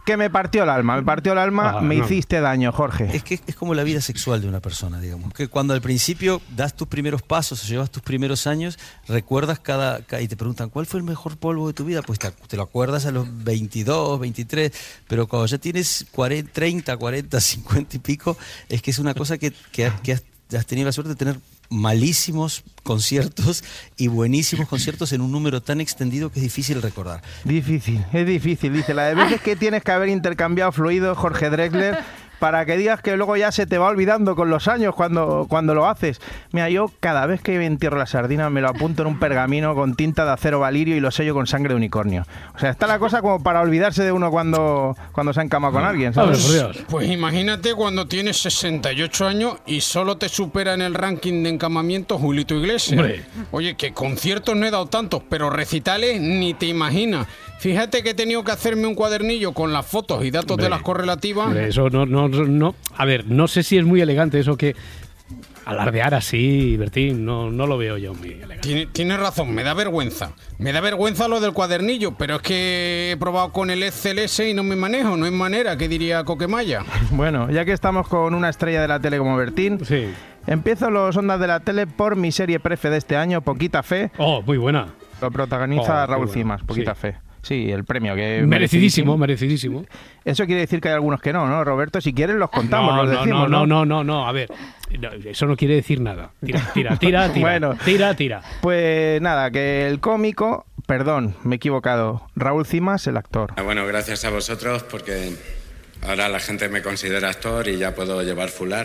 que me partió el alma, me hiciste daño, Jorge. Es que es como la vida sexual de una persona, digamos. Que cuando al principio das tus primeros pasos o llevas tus primeros años, recuerdas y te preguntan, ¿cuál fue el mejor polvo de tu vida? Pues te lo acuerdas a los 22, 23, pero cuando ya tienes 30, 40, 50 y pico, es que es una cosa que has tenido la suerte de tener malísimos conciertos y buenísimos conciertos en un número tan extendido que es difícil recordar. Es difícil, dice. La de veces que tienes que haber intercambiado fluidos, Jorge Drexler, para que digas que luego ya se te va olvidando con los años cuando lo haces. Mira, yo cada vez que me entierro la sardina me lo apunto en un pergamino con tinta de acero valirio y lo sello con sangre de unicornio. O sea, está la cosa como para olvidarse de uno cuando se ha encamado con alguien, ¿sabes? Pues imagínate cuando tienes 68 años y solo te supera en el ranking de encamamiento Julito Iglesias. Hombre. Oye, que conciertos no he dado tantos, pero recitales ni te imaginas. Fíjate que he tenido que hacerme un cuadernillo con las fotos y datos de las correlativas. Hombre, eso no. A ver, no sé si es muy elegante eso que alardear así, Bertín, no lo veo yo muy elegante. Tienes razón, me da vergüenza. Me da vergüenza lo del cuadernillo, pero es que he probado con el CLS y no me manejo, no hay manera, que diría Coquemaya. Bueno, ya que estamos con una estrella de la tele como Bertín, sí. Empiezo los Ondas de la Tele por mi serie prefe de este año, Poquita Fe. Oh, muy buena. Lo protagoniza Raúl Cimas, Poquita Fe. Sí, el premio que... Merecidísimo. Eso quiere decir que hay algunos que no, Roberto? Si quieres los contamos, los decimos, ¿no? No, a ver, eso no quiere decir nada. Tira. Bueno, tira. Pues nada, que el cómico, perdón, me he equivocado, Raúl Cimas, el actor. Bueno, gracias a vosotros porque... ahora la gente me considera actor y ya puedo llevar fular.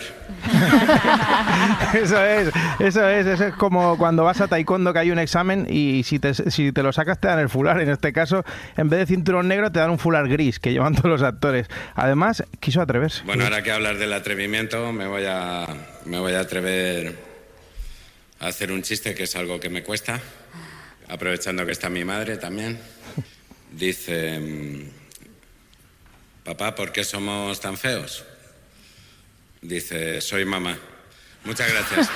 Eso es como cuando vas a taekwondo que hay un examen y si te lo sacas te dan el fular. En este caso, en vez de cinturón negro te dan un fular gris que llevan todos los actores. Además, quiso atreverse. Bueno, ahora que hablar del atrevimiento, me voy a atrever a hacer un chiste que es algo que me cuesta, aprovechando que está mi madre también. Dice... Papá, ¿por qué somos tan feos? Dice, soy mamá. Muchas gracias.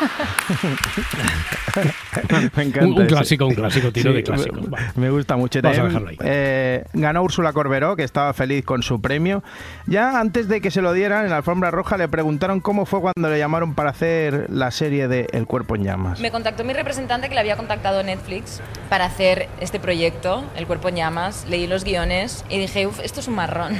Me encanta. Un clásico, tiro de clásico. Me gusta mucho. Vamos a dejarlo ahí. Ganó Úrsula Corberó, que estaba feliz con su premio. Ya antes de que se lo dieran, en la alfombra roja le preguntaron cómo fue cuando le llamaron para hacer la serie de El cuerpo en llamas. Me contactó mi representante, que le había contactado Netflix para hacer este proyecto, El cuerpo en llamas. Leí los guiones y dije, esto es un marrón.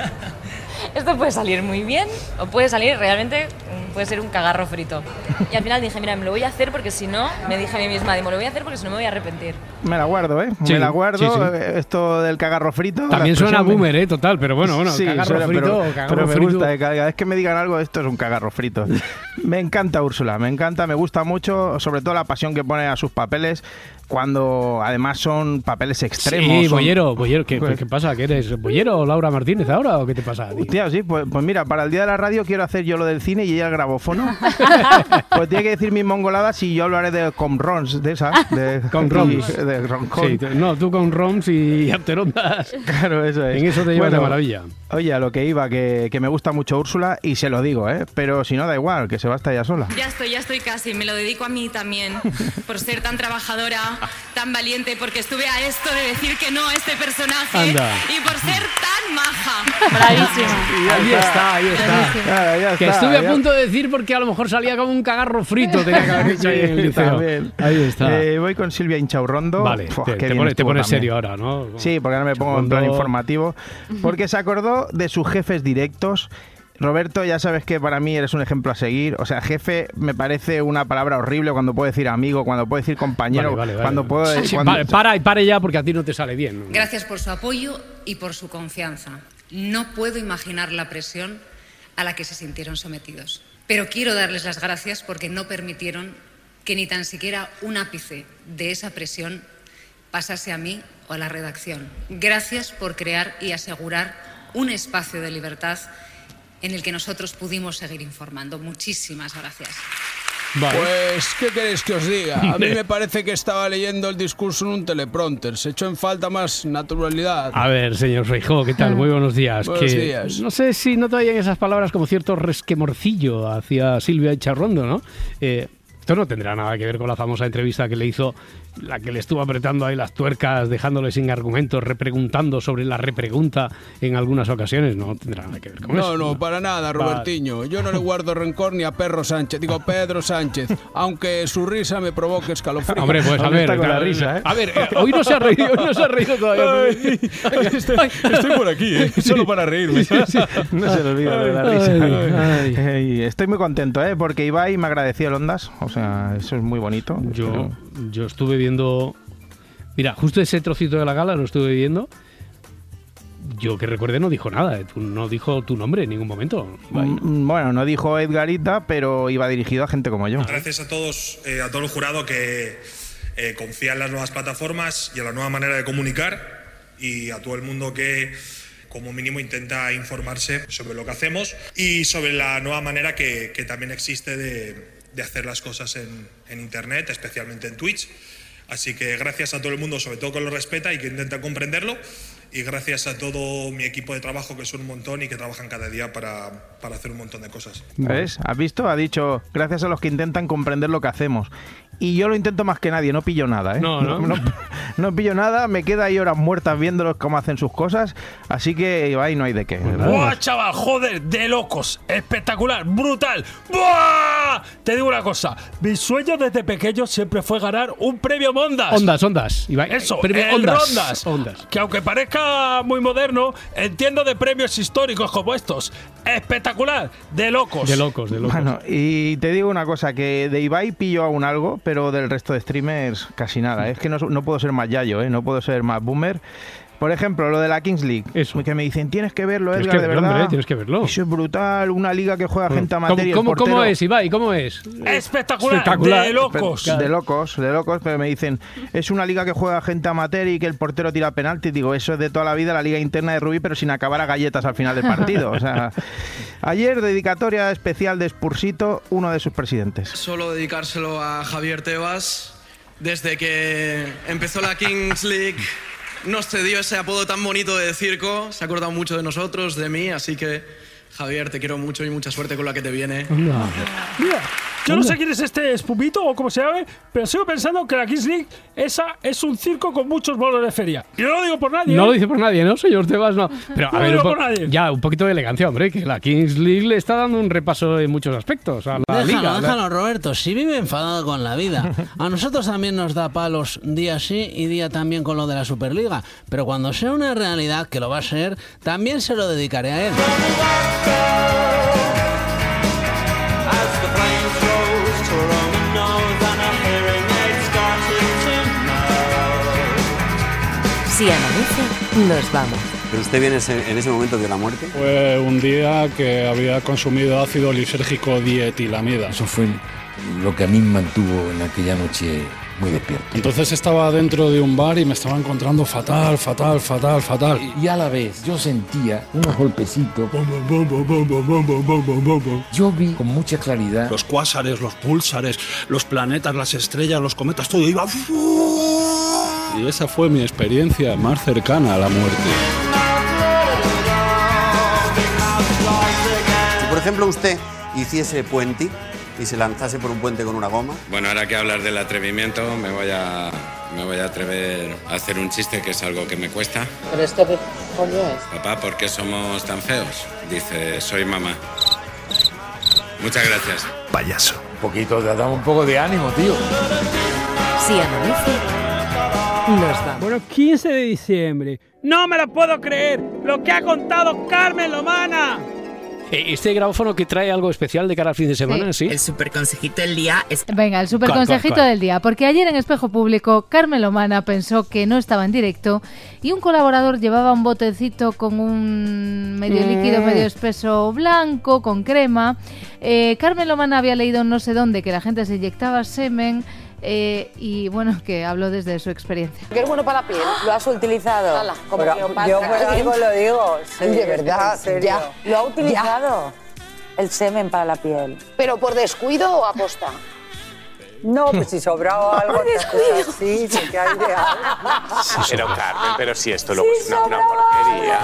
Esto puede salir muy bien o puede salir realmente, puede ser un cagarro frito. Y al final dije, mira, me lo voy a hacer porque si no, me dije a mí misma, me lo voy a hacer porque si no me voy a arrepentir. Me la guardo, Sí, me la guardo, sí. Esto del cagarro frito. También suena boomer, total, pero bueno, sí, cagarro frito, pero me gusta, cada vez que me digan algo, esto es un cagarro frito. Me encanta Úrsula, me gusta mucho, sobre todo la pasión que pone a sus papeles, cuando además son papeles extremos. Sí, boyero, ¿qué pasa? ¿Que eres boyero o Laura Martínez ahora o qué te pasa a ti? Hostia, sí, pues mira, para el día de la radio quiero hacer yo lo del cine y ella el grabófono. Pues tiene que decir mis mongoladas y yo hablaré de Comrons, de esa. Comrons. Sí, no, tú con Roms y Apterondas. Claro, eso es. En eso te llevas de maravilla. Oye, a lo que iba, que me gusta mucho Úrsula y se lo digo, pero si no da igual, que se va hasta ella sola. Ya estoy casi, me lo dedico a mí también, por ser tan trabajadora, tan valiente, porque estuve a esto de decir que no a este personaje. Anda. Y por ser tan maja. Bravísima. Ahí está. Ya que está, estuve a punto de decir porque a lo mejor salía como un cagarro frito, tenía que haber dicho ahí en el liceo. También. Ahí está. Voy con Silvia Inchaurrondo. Vale, te pones serio ahora, ¿no? Sí, porque ahora me pongo en plan informativo. Porque se acordó de sus jefes directos. Roberto, ya sabes que para mí eres un ejemplo a seguir. O sea, jefe me parece una palabra horrible cuando puedo decir amigo, cuando puedo decir compañero, cuando puedo... Pare ya porque a ti no te sale bien. Gracias por su apoyo y por su confianza. No puedo imaginar la presión a la que se sintieron sometidos. Pero quiero darles las gracias porque no permitieron que ni tan siquiera un ápice de esa presión pasase a mí o a la redacción. Gracias por crear y asegurar un espacio de libertad en el que nosotros pudimos seguir informando. Muchísimas gracias. Vale. Pues, ¿qué queréis que os diga? A mí me parece que estaba leyendo el discurso en un teleprompter. Se echó en falta más naturalidad. A ver, señor Feijóo, ¿qué tal? Muy buenos días. Buenos días. No sé si no te oyen esas palabras como cierto resquemorcillo hacia Silvia Inchaurrondo, ¿no? Esto no tendrá nada que ver con la famosa entrevista que le hizo la que le estuvo apretando ahí las tuercas, dejándole sin argumentos, repreguntando sobre la repregunta en algunas ocasiones, no tendrá nada que ver con eso. No, para nada, Robertiño. Yo no le guardo rencor ni a Pedro Sánchez, aunque su risa me provoque escalofrío. Hombre, pues a ver, con la risa, ¿eh? A ver, hoy no se ha reído todavía. Estoy por aquí, solo para reírme. Sí. No se le olvida de la risa. Estoy muy contento, porque Ibai me agradeció el Ondas. O sea, eso es muy bonito. Yo estuve viendo... Mira, justo ese trocito de la gala lo estuve viendo. Yo que recuerde no dijo nada, no dijo tu nombre en ningún momento. Bueno, no dijo Edgarita, pero iba dirigido a gente como yo. Gracias a todos, a todo el jurado que confía en las nuevas plataformas y en la nueva manera de comunicar, y a todo el mundo que como mínimo intenta informarse sobre lo que hacemos y sobre la nueva manera que también existe de hacer las cosas en Internet, especialmente en Twitch. Así que gracias a todo el mundo, sobre todo que lo respeta y que intenta comprenderlo, y gracias a todo mi equipo de trabajo, que son un montón y que trabajan cada día para hacer un montón de cosas. ¿Ves? ¿Has visto? Ha dicho, gracias a los que intentan comprender lo que hacemos. Y yo lo intento más que nadie, no pillo nada, ¿eh? No pillo nada, me quedo ahí horas muertas viéndolos cómo hacen sus cosas, así que ahí no hay de qué. ¡Buah, chaval! ¡Joder! ¡De locos! ¡Espectacular! ¡Brutal! ¡Buah! Te digo una cosa, mi sueño desde pequeño siempre fue ganar un premio Ondas. Ondas. Ibai, eso, premio el Ondas. Que aunque parezca muy moderno, entiendo de premios históricos como estos. ¡Espectacular! ¡De locos! De locos. Bueno, y te digo una cosa, que de Ibai pillo aún algo, pero del resto de streamers casi nada. Es que no puedo ser más yayo, no puedo ser más boomer. Por ejemplo, lo de la Kings League. Eso. Que me dicen, tienes que verlo, Edgar, de verdad. Hombre, tienes que verlo. Eso es brutal, una liga que juega gente amateur. ¿Cómo es, Ibai? ¿Cómo es? Espectacular. De locos. De locos, pero me dicen, es una liga que juega gente amateur y que el portero tira penalti. Digo, eso es de toda la vida, la liga interna de rugby, pero sin acabar a galletas al final del partido. O sea, ayer, dedicatoria especial de Spursito, uno de sus presidentes. Solo dedicárselo a Javier Tebas. Desde que empezó la Kings League nos cedió ese apodo tan bonito de circo, se ha acordado mucho de nosotros, de mí, así que Javier, te quiero mucho y mucha suerte con la que te viene. Mira, yo no sé quién es este espumito o cómo se llame, pero sigo pensando que la Kings League es un circo con muchos bolos de feria. Y no lo digo por nadie. No lo dice por nadie, ¿no? Señor Tebas, no. Pero no a ver, lo digo por nadie. Ya, un poquito de elegancia, hombre, que la Kings League le está dando un repaso en muchos aspectos a la liga. Déjalo, Roberto, si vive enfadado con la vida. A nosotros también nos da palos día sí y día también con lo de la Superliga. Pero cuando sea una realidad, que lo va a ser, también se lo dedicaré a él. Si amanece, nos vamos. ¿Pero usted viene en ese momento de la muerte? Fue un día que había consumido ácido lisérgico dietilamida. Eso fue lo que a mí me mantuvo en aquella noche muy despierto. Entonces estaba dentro de un bar y me estaba encontrando fatal. Y a la vez yo sentía unos golpecitos. Yo vi con mucha claridad los cuásares, los púlsares, los planetas, las estrellas, los cometas, todo iba... Y esa fue mi experiencia más cercana a la muerte. Si por ejemplo usted hiciese puente y se lanzase por un puente con una goma. Bueno, ahora que hablas del atrevimiento, me voy a atrever a hacer un chiste, que es algo que me cuesta. ¿Pero esto qué coño es? Papá, ¿por qué somos tan feos? Dice, soy mamá. Muchas gracias. Payaso. Dame un poco de ánimo, tío. Si amanece, nos vamos. Bueno, 15 de diciembre. ¡No me lo puedo creer! ¡Lo que ha contado Carmen Lomana! Este grabófono que trae algo especial de cara al fin de semana, ¿sí? El superconsejito del día es... Venga, el superconsejito del día. Porque ayer en Espejo Público, Carmen Lomana pensó que no estaba en directo y un colaborador llevaba un botecito con un medio líquido, medio espeso blanco, con crema. Carmen Lomana había leído no sé dónde que la gente se inyectaba semen. Y bueno, que habló desde su experiencia. ¿Qué es bueno para la piel? ¿Lo has utilizado? Como yo por algo lo digo. Sí, de verdad, ya. ¿Lo ha utilizado? El semen para la piel. ¿Pero por descuido o aposta? No, pues si sobraba algo, sí, que hay de algo. Pero Carmen, pero si esto luego es una porquería.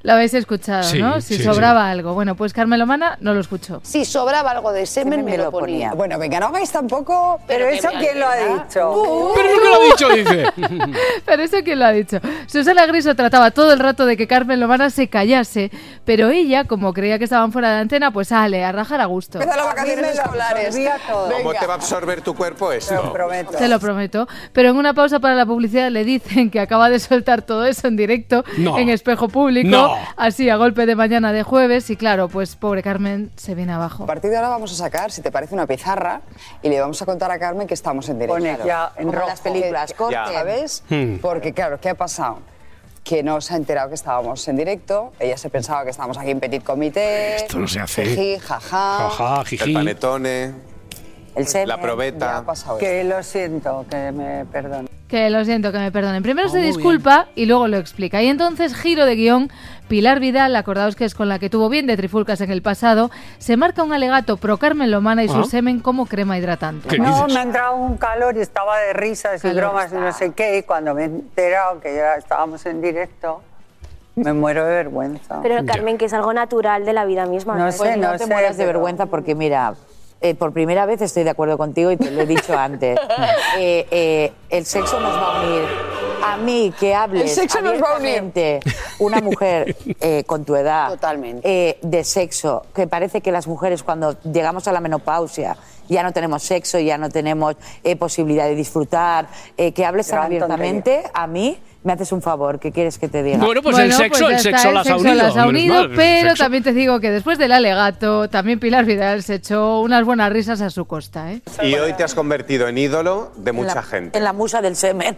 Lo habéis escuchado, Sí, ¿no? Si sí, sobraba algo. Bueno, pues Carmelo Mana no lo escuchó. Si sobraba algo de semen, me lo ponía. Bueno, venga, no hagáis tampoco... Pero eso ¿quién lo ha dicho? Pero no lo ha dicho, dice. Pero eso quién lo ha dicho. Susana Griso trataba todo el rato de que Carmelo Mana se callase, pero ella, como creía que estaban fuera de antena, pues sale a rajar a gusto. Empieza las vacaciones escolares. ¿Cómo te va a absorber tu cuerpo eso? Te lo prometo. Te lo prometo. Pero en una pausa para la publicidad le dicen que acaba de soltar todo eso en directo, en Espejo Público, así a golpe de mañana de jueves, y claro, pues pobre Carmen se viene abajo. A partir de ahora vamos a sacar, si te parece, una pizarra y le vamos a contar a Carmen que estamos en directo. Pone ya en Como rojo. las películas, corte, ¿sabes? Porque claro, ¿qué ha pasado? Que no se ha enterado que estábamos en directo, ella se pensaba que estábamos aquí en Petit Comité. Esto no se hace. Jiji, jaja. Jaja, jiji. El panetone, la probeta. Que lo siento, que me perdone. Que lo siento, que me perdonen. Primero se disculpa y luego lo explica. Y entonces, giro de guión, Pilar Vidal, acordaos que es con la que tuvo bien de trifulcas en el pasado, se marca un alegato pro Carmelo Mana y su semen como crema hidratante. No, me ha entrado un calor y estaba de risas y bromas y no sé qué, y cuando me he enterado que ya estábamos en directo, me muero de vergüenza. Pero Carmen, que es algo natural de la vida misma. No sé, no te mueras de vergüenza porque mira... por primera vez estoy de acuerdo contigo y te lo he dicho antes. El sexo nos va a unir. A mí, que hables El sexo nos va a unir. una mujer con tu edad, totalmente, de sexo, que parece que las mujeres cuando llegamos a la menopausia ya no tenemos sexo, ya no tenemos posibilidad de disfrutar, que hables tan abiertamente, a mí... Me haces un favor, ¿qué quieres que te diga? Bueno, pues el sexo las ha unido. Pero también te digo que después del alegato, también Pilar Vidal se echó unas buenas risas a su costa, ¿eh? Y hoy te has convertido en ídolo de mucha gente. En la musa del semen.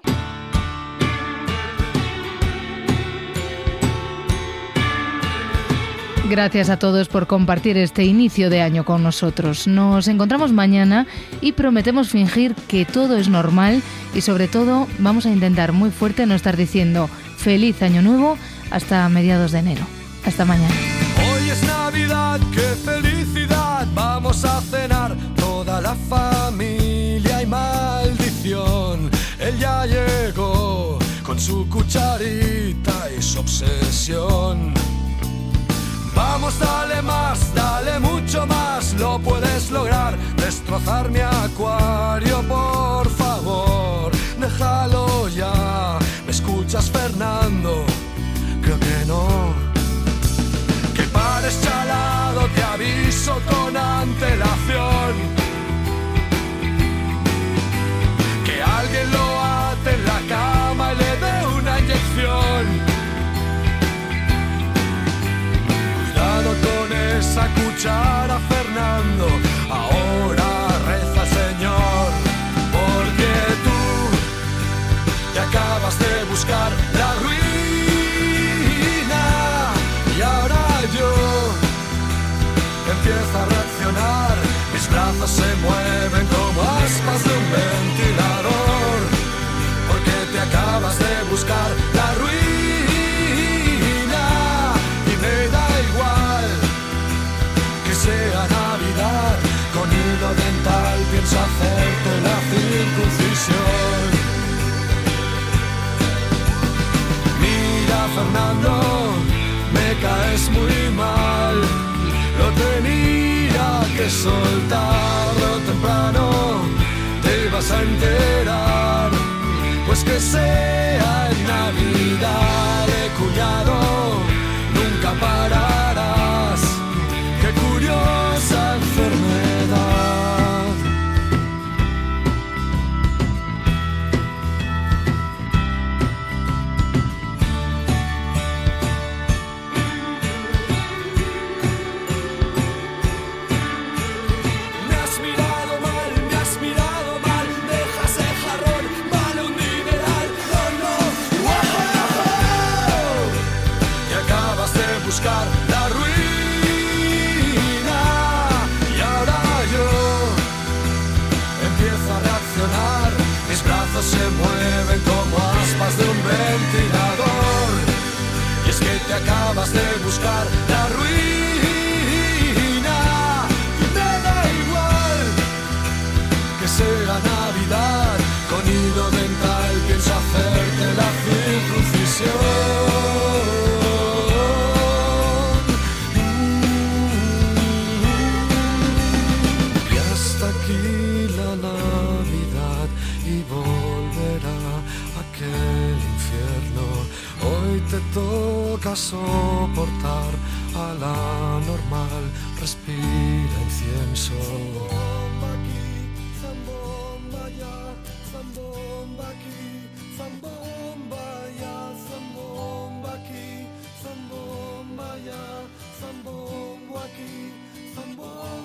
Gracias a todos por compartir este inicio de año con nosotros. Nos encontramos mañana y prometemos fingir que todo es normal y sobre todo vamos a intentar muy fuerte no estar diciendo feliz año nuevo hasta mediados de enero. Hasta mañana. Hoy es Navidad, qué felicidad, vamos a cenar toda la familia y maldición. Él ya llegó con su cucharita y su obsesión. Vamos, dale más, dale mucho más, lo puedes lograr. Destrozar mi acuario, por favor, déjalo ya. ¿Me escuchas, Fernando? Creo que no. Que pares, chalado, te aviso con antelación. Que alguien lo ate en la cama y le dé una inyección. Con esa cuchara, Fernando, ahora reza, Señor, porque tú te acabas de buscar la ruina y ahora yo empiezo a reaccionar, mis brazos se mueven como aspas de un ventilador, porque te acabas de buscar la ruina. Sea Navidad, con hilo dental pienso hacerte la circuncisión. Mira, Fernando, me caes muy mal, lo tenía que soltarlo temprano, te ibas a enterar, pues que sea en Navidad, cuñado, nunca pararás. ¡Qué curiosa enfermedad! Me te toca soportar a la normal, respira incienso. Zambomba aquí, zambomba allá, zambomba aquí, zambomba allá, zambomba aquí, zambomba allá, zambomba aquí, zambomba.